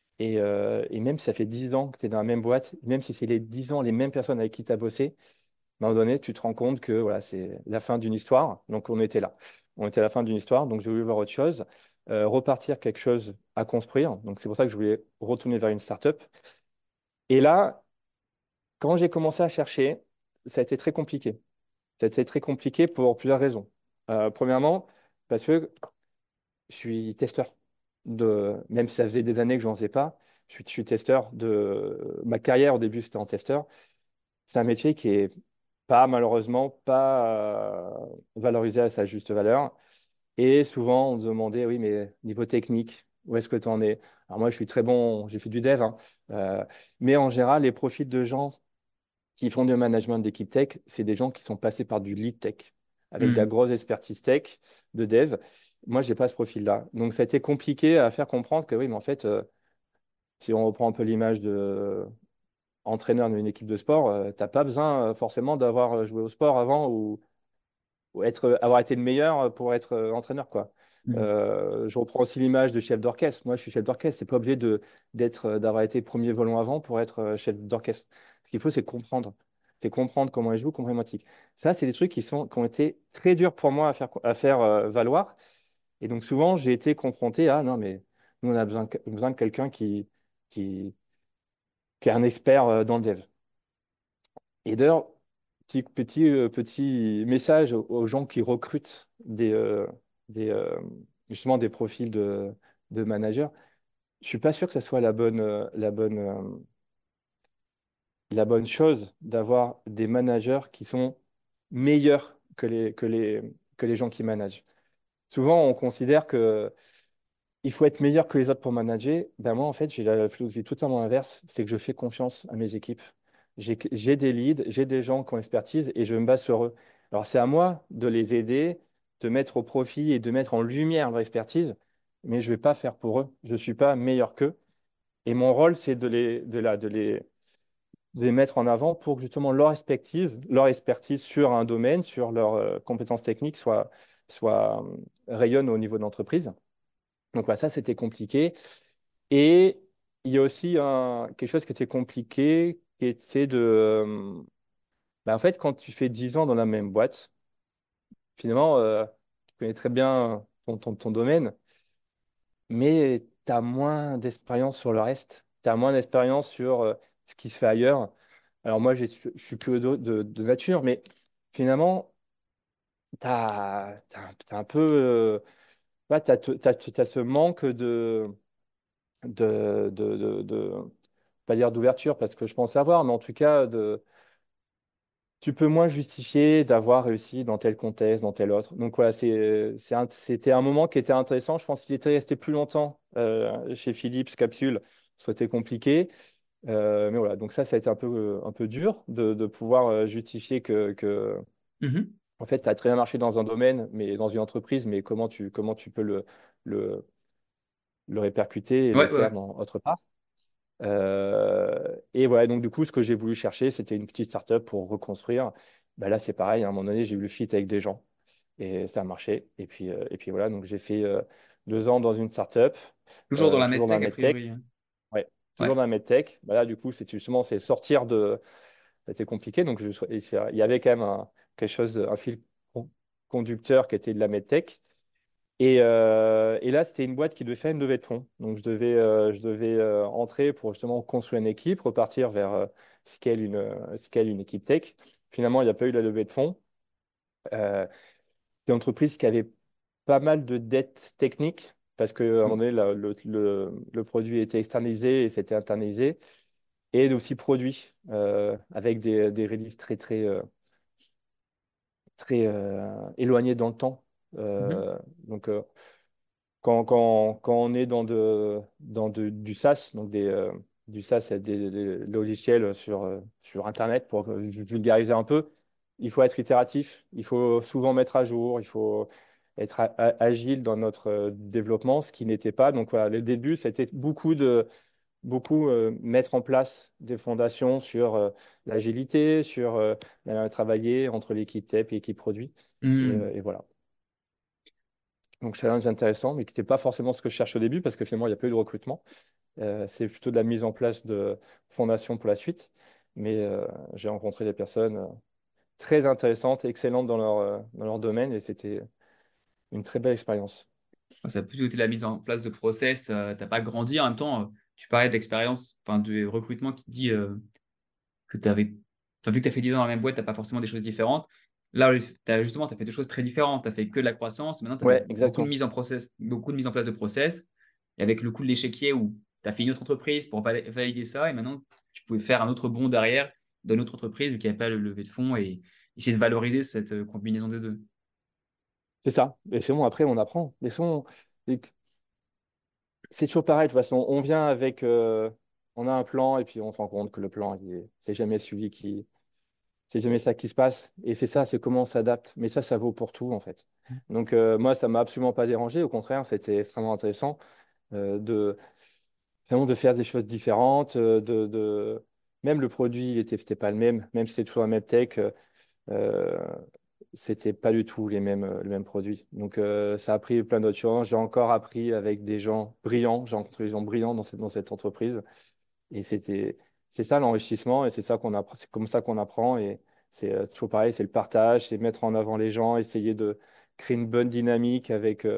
Et même si ça fait 10 ans que tu es dans la même boîte, même si c'est les 10 ans les mêmes personnes avec qui tu as bossé, à un moment donné, tu te rends compte que voilà, c'est la fin d'une histoire. Donc, on était là. On était à la fin d'une histoire. Donc, j'ai voulu voir autre chose, repartir quelque chose à construire. Donc, c'est pour ça que je voulais retourner vers une startup. Et là, quand j'ai commencé à chercher, ça a été très compliqué. Ça a été très compliqué pour plusieurs raisons. Premièrement, parce que je suis testeur. Même si ça faisait des années que je n'en faisais pas, je suis testeur ma carrière au début, c'était en testeur. C'est un métier qui est pas, malheureusement, pas valorisé à sa juste valeur. Et souvent, on me demandait, oui, mais niveau technique, où est-ce que tu en es? Alors moi, je suis très bon, j'ai fait du dev, hein. Euh, mais en général, les profils de gens qui font du management d'équipe tech, c'est des gens qui sont passés par du lead tech, avec de la Hmm. grosse expertise tech, de dev. Moi, j'ai pas ce profil-là. Donc, ça a été compliqué à faire comprendre que oui, mais en fait, si on reprend un peu l'image de entraîneur d'une équipe de sport, tu n'as pas besoin forcément d'avoir joué au sport avant ou avoir été le meilleur pour être entraîneur, quoi. Hmm. Je reprends aussi l'image de chef d'orchestre. Moi, je suis chef d'orchestre. C'est pas obligé d'avoir été premier violon avant pour être chef d'orchestre. Ce qu'il faut, c'est comprendre. C'est comprendre comment il joue, comprendre les motifs. Ça, c'est des trucs qui ont été très durs pour moi à faire valoir. Et donc, souvent, j'ai été confronté à non, mais nous, on a besoin de quelqu'un qui, qui est un expert dans le dev. Et d'ailleurs, petit message aux gens qui recrutent des, justement des profils de managers. Je suis pas sûr que ce soit la bonne chose d'avoir des managers qui sont meilleurs que les gens qui managent. Souvent, on considère que il faut être meilleur que les autres pour manager. Ben moi, en fait, j'ai la philosophie totalement inverse, c'est que je fais confiance à mes équipes. J'ai des leads, j'ai des gens qui ont l'expertise et je me base sur eux. Alors, c'est à moi de les aider, de mettre au profit et de mettre en lumière leur expertise, mais je ne vais pas faire pour eux. Je ne suis pas meilleur qu'eux. Et mon rôle, c'est de les mettre en avant pour que justement leur expertise sur un domaine, sur leurs compétences techniques soit rayonne au niveau de l'entreprise. Donc, voilà, ça, c'était compliqué. Et il y a aussi quelque chose qui était compliqué, qui était en fait, quand tu fais 10 ans dans la même boîte, finalement, tu connais très bien ton domaine, mais tu as moins d'expérience sur le reste. Tu as moins d'expérience sur ce qui se fait ailleurs. Alors moi, je suis curieux de nature, mais finalement, t'as un peu... ouais, t'as ce manque de pas dire d'ouverture parce que je pense savoir, mais en tout cas, tu peux moins justifier d'avoir réussi dans tel contexte, dans tel autre. Donc voilà, c'était un moment qui était intéressant. Je pense qu'il était resté plus longtemps chez Philips Capsule, c'était compliqué. Mais voilà, donc ça a été un peu dur de pouvoir justifier Mhm. en fait, tu as très bien marché dans un domaine, mais dans une entreprise, mais comment tu peux le, le répercuter et le Ouais, ouais, faire ouais. dans autre part. Et voilà, donc du coup, ce que j'ai voulu chercher, c'était une petite startup pour reconstruire. Ben là, c'est pareil, à un moment donné, j'ai eu le fit avec des gens et ça a marché. Et puis voilà, donc j'ai fait 2 ans dans une startup, Toujours dans la toujours dans la medtech, a medtech. priori, hein. Ouais, toujours Ouais. dans la medtech. Ben là, du coup, c'est sortir de. C'était compliqué, donc il y avait quand même quelque chose, un fil conducteur qui était de la medtech. Et là, c'était une boîte qui devait faire une levée de fonds. Donc, je devais entrer pour justement construire une équipe, repartir vers scale une équipe tech. Finalement, il n'y a pas eu la levée de fonds. C'est une entreprise qui avait pas mal de dettes techniques parce qu'à un moment donné, le produit était externalisé et c'était internalisé. et aussi produit avec des releases très éloignées dans le temps. Mhm. Donc, quand on est du SaaS, donc du SaaS, c'est des logiciels sur Internet, pour vulgariser un peu, il faut être itératif, il faut souvent mettre à jour, il faut être agile dans notre développement, ce qui n'était pas. Donc voilà, le début, c'était beaucoup mettre en place des fondations sur l'agilité, sur travailler entre l'équipe tech et l'équipe produit. Hmm. Et voilà. Donc, challenge intéressant, mais qui n'était pas forcément ce que je cherche au début, parce que finalement, il n'y a pas eu de recrutement. C'est plutôt de la mise en place de fondations pour la suite. Mais j'ai rencontré des personnes très intéressantes, excellentes dans leur domaine, et c'était une très belle expérience. Ça a plutôt été la mise en place de process. T'as pas grandi en même temps. Tu parlais de l'expérience, enfin, de recrutement qui te dit que tu avais, enfin, vu que tu as fait 10 ans dans la même boîte, tu n'as pas forcément des choses différentes. Là, justement, tu as fait deux choses très différentes. Tu as fait que de la croissance. Maintenant, tu as fait Ouais, beaucoup de exactement. mise en process, beaucoup de mise en place de process. Et avec le coup de l'échiquier où tu as fait une autre entreprise pour valider ça. Et maintenant, tu pouvais faire un autre bond derrière dans une autre entreprise vu qu'il n'y avait pas le levée de fonds et essayer de valoriser cette combinaison des deux. C'est ça. Et c'est bon, après, on apprend. C'est toujours pareil, de toute façon. On vient avec. On a un plan, et puis on se rend compte que le plan, c'est jamais celui qui. C'est jamais ça qui se passe. Et c'est ça, c'est comment on s'adapte. Mais ça vaut pour tout, en fait. Donc, moi, ça m'a absolument pas dérangé. Au contraire, c'était extrêmement intéressant de, vraiment de faire des choses différentes. Même le produit, c'était pas le même. Même si c'était toujours la même tech, euh, c'était pas du tout les mêmes produits. Donc, ça a appris plein d'autres choses. J'ai encore appris avec des gens brillants. J'ai rencontré des gens brillants dans cette entreprise. Et c'est ça l'enrichissement, et c'est ça qu'on apprend, c'est comme ça qu'on apprend. Et c'est toujours pareil, c'est le partage, c'est mettre en avant les gens, essayer de créer une bonne dynamique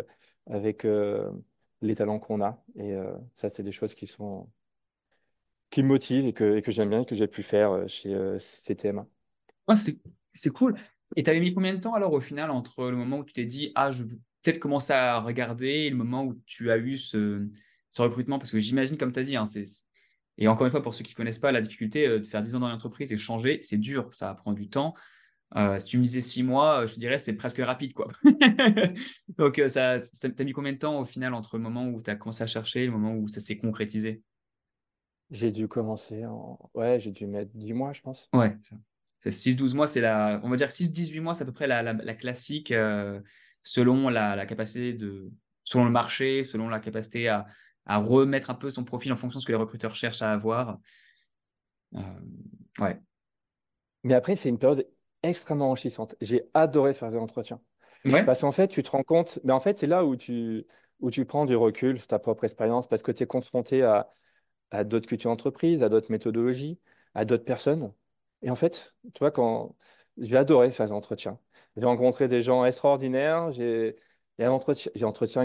avec les talents qu'on a. Et ça, c'est des choses qui me motivent et que j'aime bien et que j'ai pu faire chez CTMA. Ouais, c'est cool. Et tu avais mis combien de temps alors au final entre le moment où tu t'es dit, ah, je veux peut-être commencer à regarder et le moment où tu as eu ce recrutement? Parce que j'imagine, comme tu as dit, hein, et encore une fois, pour ceux qui ne connaissent pas, la difficulté de faire 10 ans dans l'entreprise et changer, c'est dur, ça prend du temps. Si tu me disais 6 mois, je te dirais c'est presque rapide, quoi. Donc, t'as mis combien de temps au final entre le moment où tu as commencé à chercher et le moment où ça s'est concrétisé? J'ai dû commencer en... Ouais, j'ai dû mettre 10 mois, je pense. Ouais, c'est 6-12 mois, on va dire 6-18 mois, c'est à peu près la classique selon la capacité selon le marché, selon la capacité à remettre un peu son profil en fonction de ce que les recruteurs cherchent à avoir. Euh, ouais. Mais après, c'est une période extrêmement enrichissante. J'ai adoré faire des entretiens. Ouais. Parce qu'en fait, tu te rends compte, mais en fait, c'est là où tu prends du recul sur ta propre expérience, parce que tu es confronté à d'autres cultures d'entreprise, à d'autres méthodologies, à d'autres personnes. Et en fait, tu vois, quand j'ai adoré faire des entretiens, j'ai rencontré des gens extraordinaires, il y a des entretiens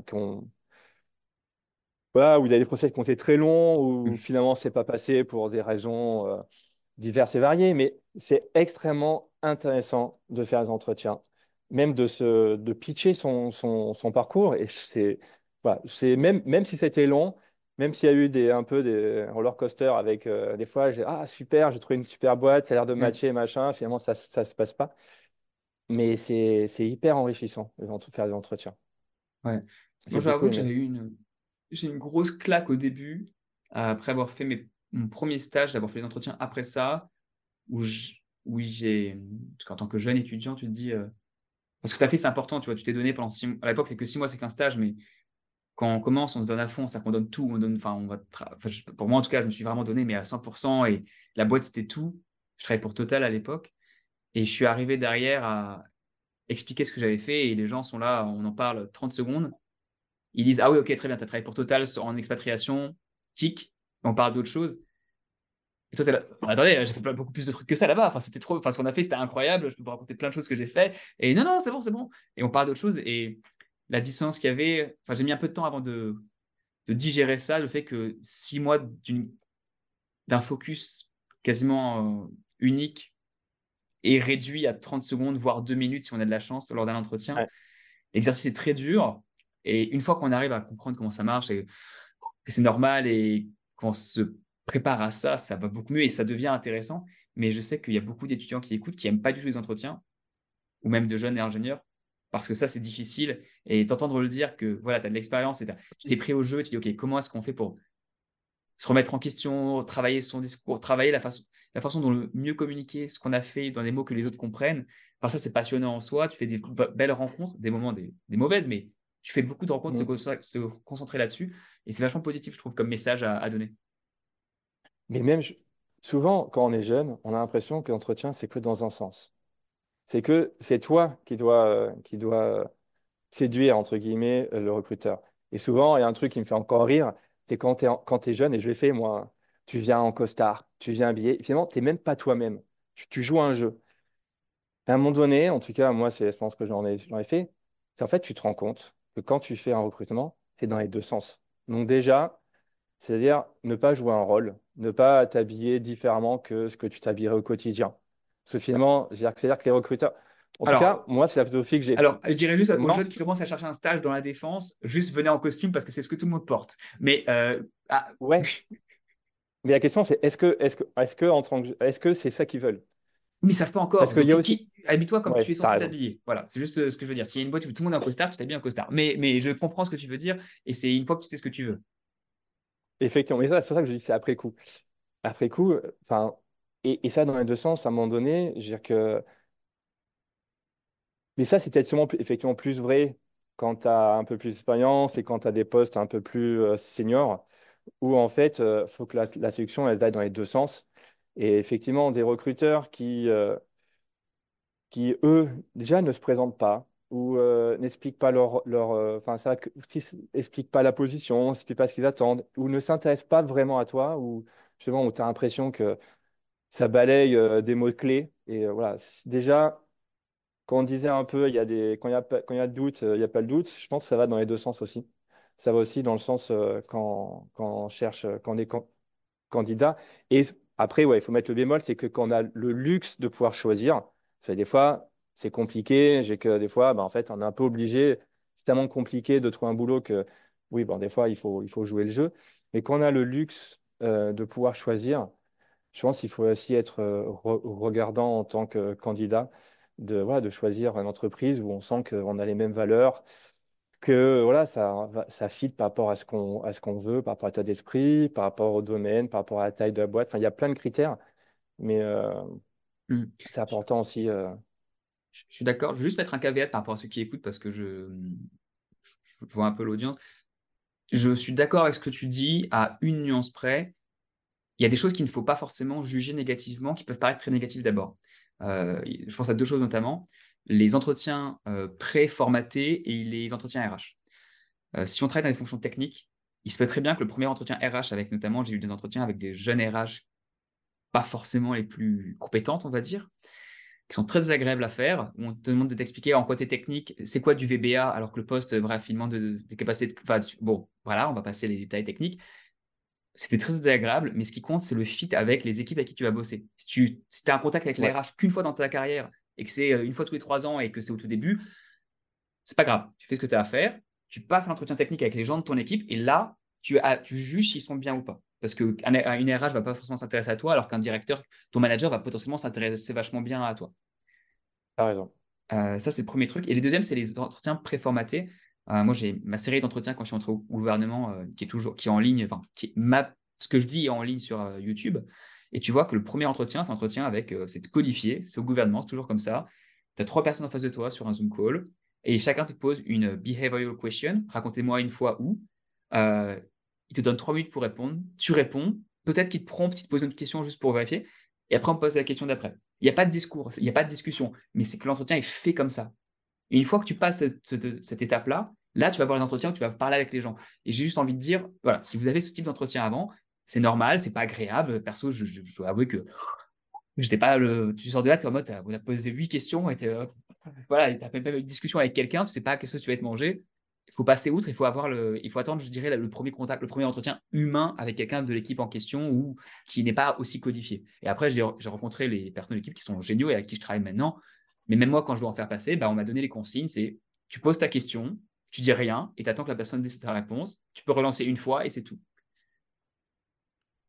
voilà, où il y a des process qui ont été très longs, où finalement, c'est pas passé pour des raisons diverses et variées, mais c'est extrêmement intéressant de faire des entretiens, même de pitcher son parcours. Et voilà, même si c'était long, même s'il y a eu un peu des roller coasters avec des fois, ah super, j'ai trouvé une super boîte, ça a l'air de Mm. matcher, machin, finalement, ça se passe pas. Mais c'est hyper enrichissant de faire des entretiens. Ouais. Moi, J'ai beaucoup j'avoue que aimé. j'ai une grosse claque au début, après avoir fait mon premier stage, d'avoir fait les entretiens après ça, où parce qu'en tant que jeune étudiant, tu te dis, parce que tu as fait, c'est important, tu vois, tu t'es donné pendant 6 mois. À l'époque, c'est que 6 mois, c'est qu'un stage, mais quand on commence, on se donne à fond, ça qu'on donne tout, on donne, enfin, pour moi, en tout cas, je me suis vraiment donné, mais à 100%, et la boîte, c'était tout. Je travaillais pour Total à l'époque, et je suis arrivé derrière à expliquer ce que j'avais fait, et les gens sont là, on en parle 30 secondes. Ils disent, ah oui, ok, très bien, tu as travaillé pour Total en expatriation, tic, on parle d'autre chose. Et toi, t'es là, attendez, j'ai fait beaucoup plus de trucs que ça là-bas. Enfin, c'était trop, enfin, ce qu'on a fait, c'était incroyable. Je peux vous raconter plein de choses que j'ai fait. Et non, non, c'est bon, c'est bon. Et on parle d'autre chose. Et la dissonance qu'il y avait, enfin, j'ai mis un peu de temps avant de digérer ça, le fait que 6 mois d'un focus quasiment unique et réduit à 30 secondes, voire 2 minutes si on a de la chance lors d'un entretien. Ouais. L'exercice est très dur. Et une fois qu'on arrive à comprendre comment ça marche et que c'est normal et qu'on se prépare à ça, ça va beaucoup mieux et ça devient intéressant. Mais je sais qu'il y a beaucoup d'étudiants qui écoutent, qui n'aiment pas du tout les entretiens, ou même de jeunes et ingénieurs, parce que ça, c'est difficile. Et t'entendre le dire que voilà, tu as de l'expérience et tu t'es pris au jeu, et tu dis, OK, comment est-ce qu'on fait pour se remettre en question, travailler son discours, travailler la façon dont le mieux communiquer ce qu'on a fait dans des mots que les autres comprennent. Enfin, ça, c'est passionnant en soi. Tu fais des belles rencontres, des moments, des mauvaises, mais tu fais beaucoup de rencontres, Mm. te concentrer là-dessus. Et c'est vachement positif, je trouve, comme message à donner. Mais même, souvent, quand on est jeune, on a l'impression que l'entretien, c'est que dans un sens. C'est que c'est toi qui dois séduire, entre guillemets, le recruteur. Et souvent, il y a un truc qui me fait encore rire, c'est quand tu es jeune, et je l'ai fait, moi, tu viens en costard, tu viens habillé, et finalement, tu n'es même pas toi-même. Tu joues à un jeu. À un moment donné, en tout cas, moi, c'est, je pense que j'en ai fait, c'est en fait, tu te rends compte que quand tu fais un recrutement, c'est dans les deux sens. Donc déjà, c'est-à-dire ne pas jouer un rôle, ne pas t'habiller différemment que ce que tu t'habillerais au quotidien. Parce que finalement, c'est-à-dire que les recruteurs, en tout cas, Alors, moi, c'est la philosophie que j'ai. je dirais juste aux Moi, jeunes qui commencent à chercher un stage dans la défense, juste venez en costume parce que c'est ce que tout le monde porte. Mais ouais. Mais la question, c'est est-ce que c'est ça qu'ils veulent? mais ils savent pas Parce encore. qu'il Donc, y a aussi. habille-toi comme tu Ouais, es t'as censé raison. t'habiller. Voilà, c'est juste ce que je veux dire. S'il y a une boîte où tout le monde est en costard, tu t'habilles en costard. Mais je comprends ce que tu veux dire et c'est une fois que tu sais ce que tu veux. Effectivement. Mais ça, c'est pour ça que je dis c'est après coup. Après coup, enfin, et ça dans les deux sens, à un moment donné, je veux dire que. Mais ça, c'est peut-être sûrement effectivement plus vrai quand tu as un peu plus d'expérience et quand tu as des postes un peu plus seniors, où en fait, il faut que la sélection, elle aille dans les deux sens. Et effectivement, des recruteurs qui, eux, déjà ne se présentent pas ou n'expliquent pas enfin, ça, qui expliquent pas la position, n'expliquent pas ce qu'ils attendent, ou ne s'intéressent pas vraiment à toi, ou justement, où tu as l'impression que ça balaye des mots-clés. Et voilà, déjà, quand on disait un peu, quand il y a doute, il n'y a pas le doute, je pense que ça va dans les deux sens aussi. Ça va aussi dans le sens quand on cherche, quand on est candidat. Et après, ouais, il faut mettre le bémol, c'est que quand on a le luxe de pouvoir choisir, des fois, c'est compliqué. J'ai que des fois, bah, en fait, on est un peu obligé. C'est tellement compliqué de trouver un boulot que, oui, bon, des fois, il faut jouer le jeu. Mais quand on a le luxe de pouvoir choisir, je pense qu'il faut aussi être regardant en tant que candidat, voilà, de choisir une entreprise où on sent qu'on a les mêmes valeurs, que voilà, ça fit par rapport à ce qu'on veut, par rapport à l'état d'esprit, par rapport au domaine, par rapport à la taille de la boîte. Enfin, il y a plein de critères, mais Hmm. c'est important aussi. Je suis d'accord. Je vais juste mettre un caveat par rapport à ceux qui écoutent parce que je vois un peu l'audience. Je suis d'accord avec ce que tu dis à une nuance près. Il y a des choses qu'il ne faut pas forcément juger négativement, qui peuvent paraître très négatives d'abord. Je pense à deux choses notamment, les entretiens pré-formatés et les entretiens RH. Si on travaille dans les fonctions techniques, il se peut très bien que le premier entretien RH avec notamment, j'ai eu des entretiens avec des jeunes RH pas forcément les plus compétentes, on va dire, qui sont très désagréables à faire, où on te demande de t'expliquer en quoi tu es technique, c'est quoi du VBA, alors que le poste, bref, il demande des capacités enfin, bon, voilà, on va passer les détails techniques. C'était très désagréable, mais ce qui compte, c'est le fit avec les équipes avec qui tu vas bosser. Si tu as un contact avec la Ouais, RH qu'une fois dans ta carrière et que c'est une fois tous les 3 ans et que c'est au tout début, c'est pas grave. Tu fais ce que tu as à faire, tu passes un entretien technique avec les gens de ton équipe et là, tu juges s'ils sont bien ou pas. Parce qu'une RH va pas forcément s'intéresser à toi, alors qu'un directeur, ton manager va potentiellement s'intéresser vachement bien à toi. t'as raison. Ça, c'est le premier truc. Et les deuxièmes, c'est les entretiens préformatés. Moi, j'ai ma série d'entretiens quand je suis entré au gouvernement qui est en ligne, enfin, ce que je dis est en ligne sur YouTube. Et tu vois que le premier entretien, c'est un entretien avec, c'est codifié, c'est au gouvernement, c'est toujours comme ça. Tu as 3 personnes en face de toi sur un Zoom call et chacun te pose une behavioral question. Racontez-moi une fois où. Euh, il te donne 3 minutes pour répondre. Tu réponds. Peut-être qu'il te prompte, il te pose une autre question juste pour vérifier. Et après, on pose la question d'après. Il n'y a pas de discours, il n'y a pas de discussion, mais c'est que l'entretien est fait comme ça. Et une fois que tu passes cette étape-là, là, tu vas voir les entretiens où tu vas parler avec les gens. Et j'ai juste envie de dire, voilà, si vous avez ce type d'entretien avant, c'est normal, c'est pas agréable. Perso, je dois avouer que j'étais pas tu sors de là, tu es en mode, on a posé 8 questions, et voilà, tu n'as même pas eu une discussion avec quelqu'un, tu sais pas quelle chose tu vas te manger. Il faut passer outre, il faut attendre, je dirais, le premier contact, le premier entretien humain avec quelqu'un de l'équipe en question ou qui n'est pas aussi codifié. Et après, j'ai rencontré les personnes de l'équipe qui sont géniaux et avec qui je travaille maintenant. Mais même moi, quand je dois en faire passer, bah, on m'a donné les consignes, c'est tu poses ta question, tu dis rien et tu attends que la personne dise ta réponse. Tu peux relancer une fois et c'est tout.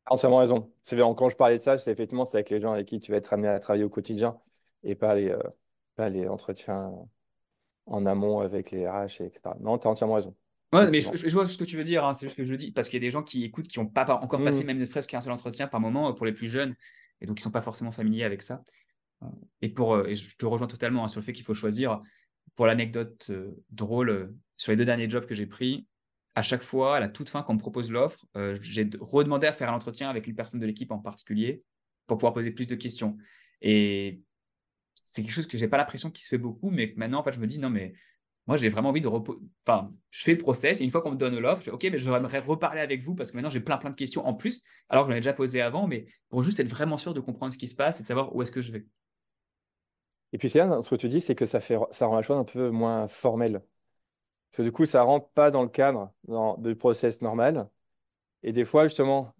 entièrement raison. C'est bien, quand je parlais de ça, c'est effectivement c'est avec les gens avec qui tu vas être amené à travailler au quotidien et pas les entretiens en amont avec les RH, etc. Non, tu as entièrement raison, Ouais, mais effectivement. je vois ce que tu veux dire, hein, c'est juste que je le dis, parce qu'il y a des gens qui écoutent, qui n'ont pas encore passé Mhm. même ne serait-ce qu'un seul entretien par moment pour les plus jeunes, et donc ils sont pas forcément familiers avec ça. Et je te rejoins totalement hein, sur le fait qu'il faut choisir. Pour l'anecdote drôle, sur les 2 derniers jobs que j'ai pris, à chaque fois, à la toute fin, quand on me propose l'offre, j'ai redemandé à faire un entretien avec une personne de l'équipe en particulier pour pouvoir poser plus de questions. Et c'est quelque chose que j'ai pas l'impression qui se fait beaucoup, mais que maintenant, en fait, je me dis, non, mais moi, j'ai vraiment envie de Enfin, je fais le process et une fois qu'on me donne l'offre, je fais, OK, mais j'aimerais reparler avec vous parce que maintenant, j'ai plein de questions en plus, alors que j'en ai déjà posé avant, mais pour juste être vraiment sûr de comprendre ce qui se passe et de savoir où est-ce que je vais. Et puis c'est là, ce que tu dis, c'est que ça rend la chose un peu moins formelle. Parce que du coup, ça rentre pas dans le cadre du process normal. Et des fois, justement,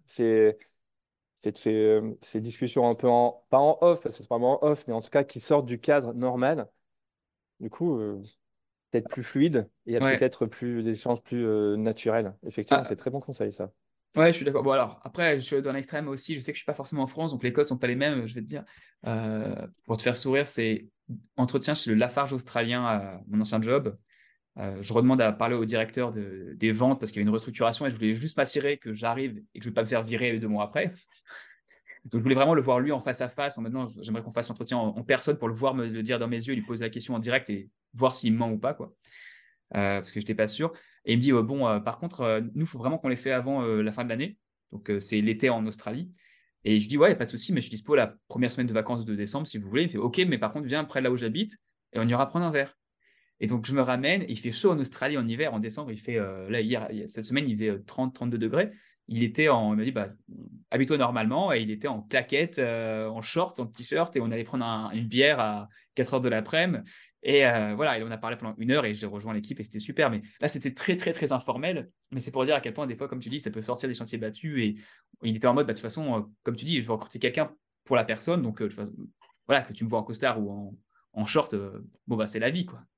ces discussions un peu pas en off, parce que c'est pas vraiment en off, mais en tout cas qui sortent du cadre normal, du coup, peut-être plus fluide et il y a Ouais. peut-être plus d'échanges plus naturels. Effectivement, c'est Ah, très bon conseil, ça. ouais, je suis d'accord. Bon, alors, après, je suis dans l'extrême aussi. Je sais que je suis pas forcément en France, donc les codes sont pas les mêmes, je vais te dire. Pour te faire sourire, c'est entretien chez le Lafarge australien à mon ancien job. Je redemande à parler au directeur des ventes parce qu'il y avait une restructuration et je voulais juste m'assurer que j'arrive et que je ne vais pas me faire virer 2 mois après. Donc, je voulais vraiment le voir lui en face à face. Maintenant, j'aimerais qu'on fasse l'entretien en personne pour le voir me le dire dans mes yeux, lui poser la question en direct et voir s'il me ment ou pas, quoi. Parce que je n'étais pas sûr. Et il me dit, bon, par contre, nous, il faut vraiment qu'on les fait avant la fin de l'année. Donc, c'est l'été en Australie. Et je dis, ouais, pas de souci, mais je suis dispo la première semaine de vacances de décembre si vous voulez. Il me fait, OK, mais par contre, viens près de là où j'habite et on ira prendre un verre. Et donc, je me ramène, il fait chaud en Australie en hiver, en décembre, il fait, là, cette semaine, il faisait 30-32 degrés. Il m'a dit, bah, habille-toi normalement, et il était en claquette, en short, en t-shirt, et on allait prendre une bière à 4 heures de l'après-midi. Et voilà, et on a parlé pendant 1 heure, et j'ai rejoint l'équipe, et c'était super. Mais là, c'était très informel. Mais c'est pour dire à quel point, des fois, comme tu dis, ça peut sortir des chantiers battus. Et il était en mode, bah, de toute façon, comme tu dis, je vais recruter quelqu'un pour la personne. Donc, de toute façon, voilà, que tu me vois en costard ou en short, bon, bah, c'est la vie, quoi.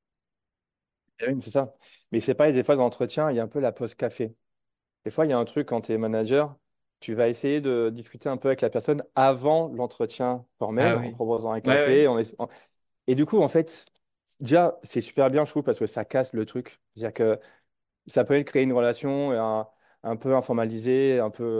Eh oui, c'est ça. Mais c'est pareil, des fois, dans l'entretien, il y a un peu la pause café. Des fois, il y a un truc quand tu es manager, tu vas essayer de discuter un peu avec la personne avant l'entretien Ah formel en oui. proposant un Ouais, café. ouais. Et du coup, en fait, déjà, c'est super bien, je trouve, parce que ça casse le truc. C'est-à-dire que ça peut créer une relation un peu informalisée, un peu.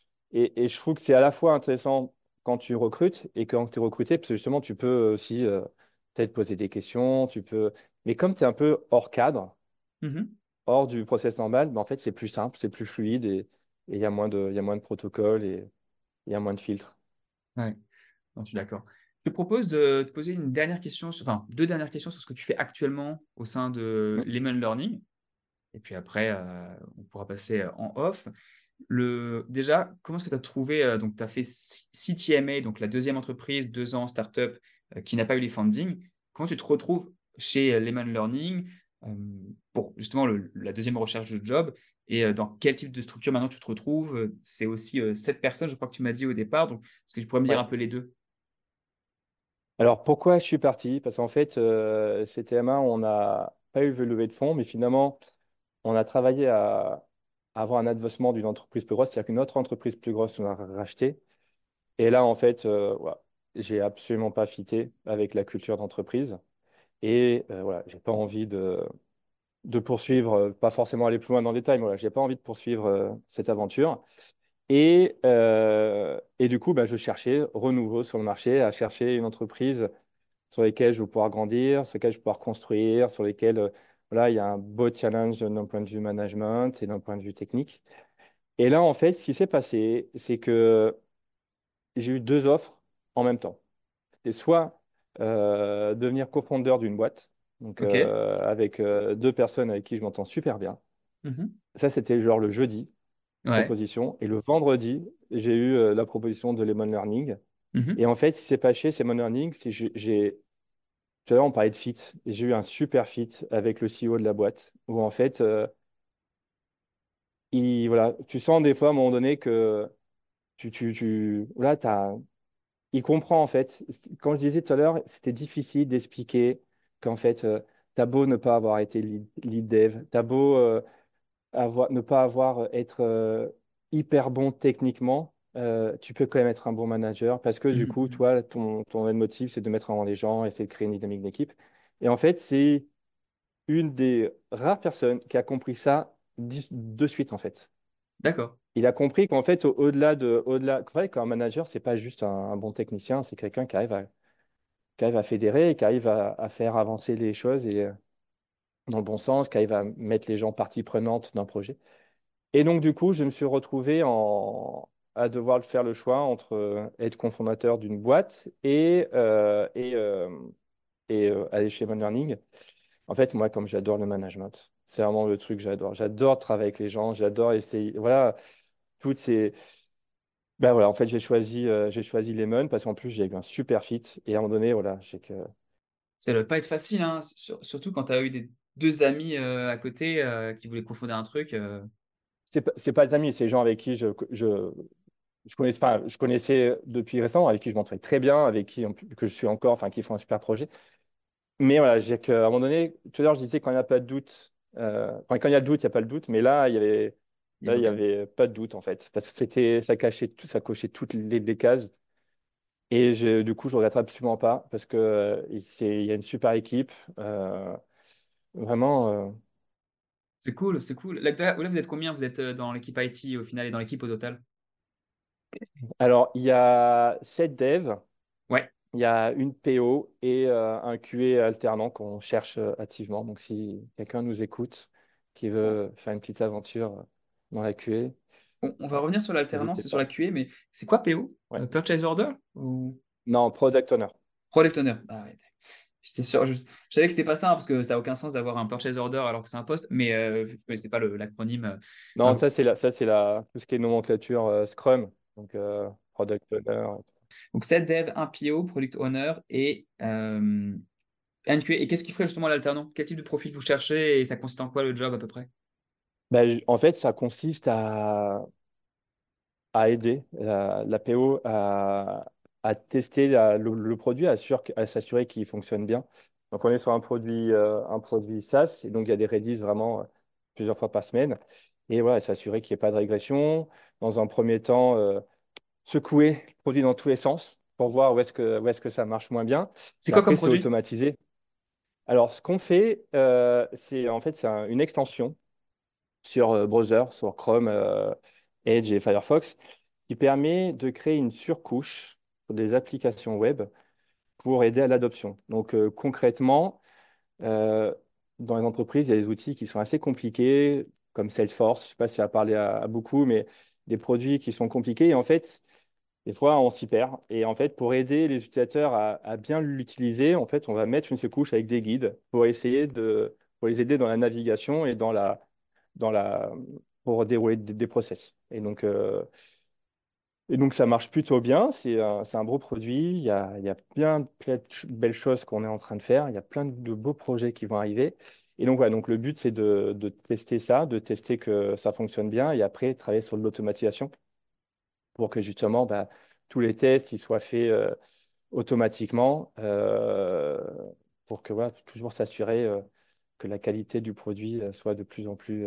Et je trouve que c'est à la fois intéressant quand tu recrutes et quand tu es recruté, parce que justement, tu peux aussi peut-être poser des questions, tu peux. Mais comme tu es un peu hors cadre, Mhm. hors du process normal, ben, en fait, c'est plus simple, c'est plus fluide et il y a moins de protocoles et il y a moins de filtres. Ouais, non, je suis d'accord. Je te propose de te poser une dernière question, enfin 2 dernières questions sur ce que tu fais actuellement au sein de Mm. Lemon Learning. Et puis après, on pourra passer en off. Déjà, comment est-ce que tu as trouvé, donc tu as fait CTMA, donc la deuxième entreprise, 2 ans, startup, qui n'a pas eu les funding. Comment tu te retrouves chez Lemon Learning euh, pour justement la deuxième recherche de job et dans quel type de structure maintenant tu te retrouves? C'est aussi 7 personnes, je crois que tu m'as dit au départ. Donc, est-ce que tu pourrais me dire un Ouais. peu les deux? Alors, pourquoi je suis parti? Parce qu'en fait, CTMA, on n'a pas eu de levée de fonds, mais finalement, on a travaillé à avoir un adossement d'une entreprise plus grosse, c'est-à-dire qu'une autre entreprise plus grosse nous a racheté. Et là, en fait, voilà, j'ai absolument pas fité avec la culture d'entreprise. Et voilà, j'ai pas envie de poursuivre, pas forcément aller plus loin dans le détail, mais voilà, j'ai pas envie de poursuivre cette aventure. Et du coup, bah, je cherchais renouveau sur le marché, à chercher une entreprise sur lesquelles je vais pouvoir grandir, sur lesquelles je vais pouvoir construire, sur lesquelles voilà, il y a un beau challenge d'un point de vue management et d'un point de vue technique. Et là, en fait, ce qui s'est passé, c'est que j'ai eu 2 offres en même temps. C'était soit devenir cofondeur d'une boîte, donc Ok. avec 2 personnes avec qui je m'entends super bien. Mhm. Ça, c'était genre le jeudi, Ouais. proposition. Et le vendredi, j'ai eu la proposition de Lemon Learning. Et Mhm. en fait, ce qui s'est passé chez Lemon Learning, c'est que tout à l'heure, on parlait de fit. Et j'ai eu un super fit avec le CEO de la boîte, où en fait, voilà, tu sens des fois à un moment donné que voilà, il comprend en fait. Quand je disais tout à l'heure, c'était difficile d'expliquer qu'en fait, t'as beau ne pas avoir été lead dev, t'as beau ne pas être hyper bon techniquement, tu peux quand même être un bon manager parce que du coup, Mhm. toi, ton motif, c'est de mettre en avant les gens et c'est de créer une dynamique d'équipe. Et en fait, c'est une des rares personnes qui a compris ça de suite, en fait. D'accord. Il a compris qu'en fait, au-delà, en fait, qu'un manager, c'est pas juste un bon technicien, c'est quelqu'un qui arrive à fédérer et qui arrive à faire avancer les choses et dans le bon sens, qui arrive à mettre les gens partie prenante d'un projet. Et donc, du coup, je me suis retrouvé à devoir faire le choix entre être cofondateur d'une boîte et aller chez Mon Learning. En fait, moi, comme j'adore le management, c'est vraiment le truc que j'adore. J'adore travailler avec les gens, j'adore essayer. Voilà, toutes ces. Ben voilà, en fait, j'ai choisi Lemon parce qu'en plus, j'ai eu un super fit. Et à un moment donné, voilà, je sais que Ça doit pas être facile, hein, surtout quand tu as eu des deux amis à côté qui voulaient confondre un truc. c'est pas des amis, c'est des gens avec qui je connaissais depuis récemment, avec qui je m'entendais très bien, avec qui que je suis encore, enfin, qui font un super projet. Mais voilà, j'ai qu'à un moment donné, tout à l'heure, je disais quand il n'y a pas de doute, quand il y a le doute, il n'y a pas le doute, mais Il y là, avait il y aucun. avait pas de doute en fait, parce que ça cachait tout, ça cochait toutes les cases. Et du coup, je regrette absolument pas, parce que il y a une super équipe, vraiment. C'est cool, c'est cool. Là, vous êtes combien? Vous êtes dans l'équipe IT au final et dans l'équipe au total? Alors, il y a 7 devs, Ouais. il y a une PO et un QA alternant qu'on cherche activement. Donc, si quelqu'un nous écoute, qui Bon. veut faire une petite aventure dans la On va revenir sur l'alternance n'hésitez et sur la pas. QA, mais c'est quoi PO? Ouais. Purchase Order ou Non, Product Owner. Product Owner? Ah ouais. J'étais sûr, je savais que c'était pas ça, hein, parce que ça n'a aucun sens d'avoir un Purchase Order alors que c'est un poste, mais je ne connaissais pas l'acronyme. Non, Euh, ça, c'est tout ce qui est nomenclature Scrum. Donc, Product Owner. donc 7 dev, un PO, Product Owner et un QA. Et qu'est-ce qui ferait justement l'alternant? Quel type de profil vous cherchez et ça consiste en quoi le job à peu près? En fait, ça consiste à aider la PO à tester le produit, à s'assurer qu'il fonctionne bien. Donc, on est sur un produit SaaS, et donc il y a des releases vraiment plusieurs fois par semaine. Et voilà, s'assurer qu'il n'y ait pas de régression. Dans un premier temps, secouer le produit dans tous les sens pour voir où est-ce que ça marche moins bien. C'est Et quoi comme après, c'est produit? automatisé. Alors, ce qu'on fait, c'est en fait c'est une extension sur browser, sur Chrome, Edge et Firefox, qui permet de créer une surcouche sur des applications web pour aider à l'adoption. Donc, concrètement, euh, dans les entreprises, il y a des outils qui sont assez compliqués, comme Salesforce. Je ne sais pas si ça a parlé à beaucoup, mais des produits qui sont compliqués. Et en fait, des fois, on s'y perd. Et en fait, pour aider les utilisateurs à bien l'utiliser, en fait, on va mettre une couche avec des guides pour les aider dans la navigation et dans la, pour dérouler des process. Et donc, ça marche plutôt bien. C'est un beau produit. Il y a plein de belles choses qu'on est en train de faire. Il y a plein de beaux projets qui vont arriver. Et donc, voilà, donc le but, c'est de tester ça, de tester que ça fonctionne bien et après, travailler sur de l'automatisation pour que justement, bah, tous les tests ils soient faits automatiquement pour que, voilà, toujours s'assurer que la qualité du produit soit de plus en plus,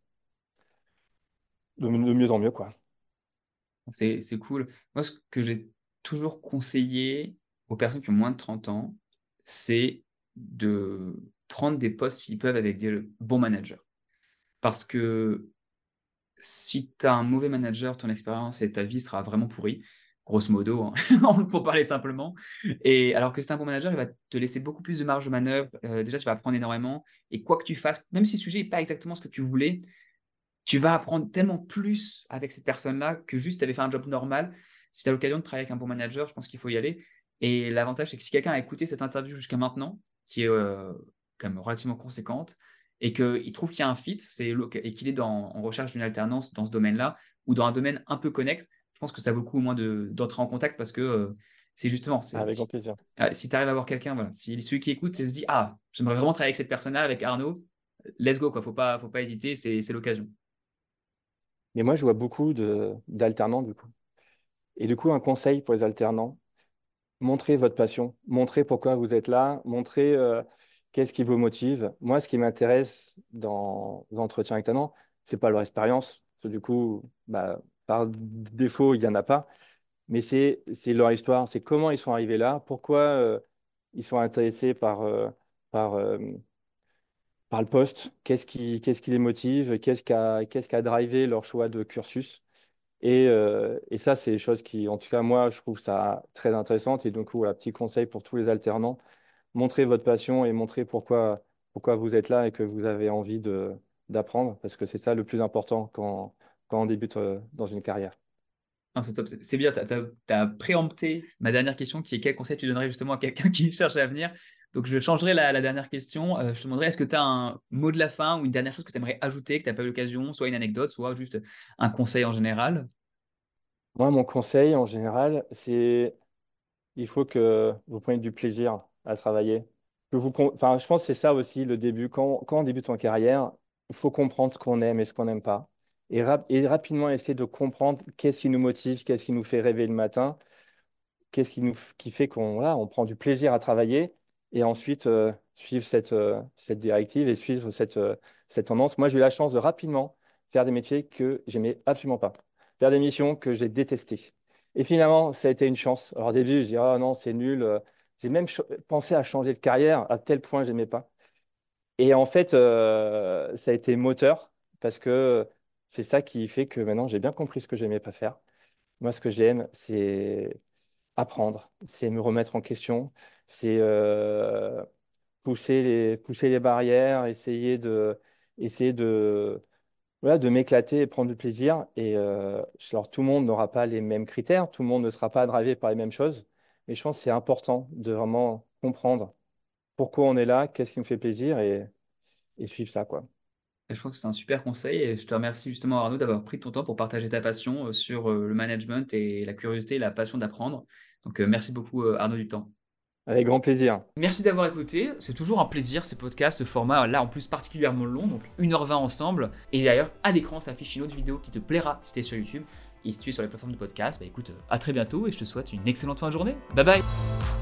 de mieux en mieux, quoi. C'est cool. Moi, ce que j'ai toujours conseillé aux personnes qui ont moins de 30 ans, c'est de prendre des postes s'ils peuvent avec des bons managers. Parce que si tu as un mauvais manager, ton expérience et ta vie sera vraiment pourrie, grosso modo, hein, pour parler simplement. Et alors que c'est un bon manager, il va te laisser beaucoup plus de marge de manœuvre. Déjà, tu vas apprendre énormément. Et quoi que tu fasses, même si le sujet n'est pas exactement ce que tu voulais, tu vas apprendre tellement plus avec cette personne-là que juste tu avais fait un job normal. Si tu as l'occasion de travailler avec un bon manager, je pense qu'il faut y aller. Et l'avantage, c'est que si quelqu'un a écouté cette interview jusqu'à maintenant, qui est quand même relativement conséquente, et qu'il trouve qu'il y a un fit, et qu'il est en recherche d'une alternance dans ce domaine-là, ou dans un domaine un peu connexe, je pense que ça vaut le coup au moins d'entrer en contact parce que c'est justement, Avec grand plaisir. si tu arrives à voir quelqu'un, voilà, si celui qui écoute se dit, ah, j'aimerais vraiment travailler avec cette personne-là, avec Arnaud, let's go, quoi, faut pas hésiter, c'est l'occasion. Mais moi, je vois beaucoup d'alternants, du coup. Et du coup, un conseil pour les alternants, montrez votre passion, montrez pourquoi vous êtes là, montrez qu'est-ce qui vous motive. Moi, ce qui m'intéresse dans les entretiens alternants, c'est pas leur expérience. Parce que du coup, bah, par défaut, il n'y en a pas. Mais c'est leur histoire, c'est comment ils sont arrivés là, pourquoi ils sont intéressés par, euh, par le poste, qu'est-ce qui les motive, qu'est-ce qui a drivé leur choix de cursus. Et ça, c'est des choses qui, en tout cas, moi, je trouve ça très intéressante. Et donc, voilà, petit conseil pour tous les alternants, montrez votre passion et montrez pourquoi vous êtes là et que vous avez envie d'apprendre, parce que c'est ça le plus important quand on débute dans une carrière. Non, c'est top, c'est bien, tu as préempté ma dernière question qui est quel conseil tu donnerais justement à quelqu'un qui cherche à venir. Donc je changerai la dernière question. Je te demanderai est-ce que tu as un mot de la fin ou une dernière chose que tu aimerais ajouter, que tu n'as pas eu l'occasion, soit une anecdote, soit juste un conseil en général. Moi, mon conseil, en général, c'est il faut que vous preniez du plaisir à travailler. Enfin, je pense que c'est ça aussi le début. Quand on débute en carrière, il faut comprendre ce qu'on aime et ce qu'on n'aime pas. Et rapidement essayer de comprendre qu'est-ce qui nous motive, qu'est-ce qui nous fait rêver le matin, qui fait qu'on voilà, on prend du plaisir à travailler et ensuite suivre cette directive et suivre cette tendance. Moi, j'ai eu la chance de rapidement faire des métiers que j'aimais absolument pas, faire des missions que j'ai détestées. Et finalement, ça a été une chance. Alors au début, je dis, ah non, c'est nul. J'ai même pensé à changer de carrière à tel point j'aimais pas. Et en fait, ça a été moteur parce que c'est ça qui fait que maintenant, j'ai bien compris ce que j'aimais pas faire. Moi, ce que j'aime, c'est apprendre, c'est me remettre en question, c'est pousser les barrières, essayer de, voilà, de m'éclater et prendre du plaisir. Et alors, tout le monde n'aura pas les mêmes critères, tout le monde ne sera pas drivé par les mêmes choses, mais je pense que c'est important de vraiment comprendre pourquoi on est là, qu'est-ce qui nous fait plaisir et suivre ça, quoi. Et je pense que c'est un super conseil et je te remercie justement Arnaud d'avoir pris ton temps pour partager ta passion sur le management et la curiosité et la passion d'apprendre. Donc merci beaucoup Arnaud du temps. Avec grand plaisir. Merci d'avoir écouté, c'est toujours un plaisir ces podcasts, ce format là en plus particulièrement long, donc 1h20 ensemble. Et d'ailleurs, à l'écran s'affiche une autre vidéo qui te plaira si tu es sur YouTube. Et si tu es sur les plateformes de podcast, bah écoute, à très bientôt et je te souhaite une excellente fin de journée. Bye bye.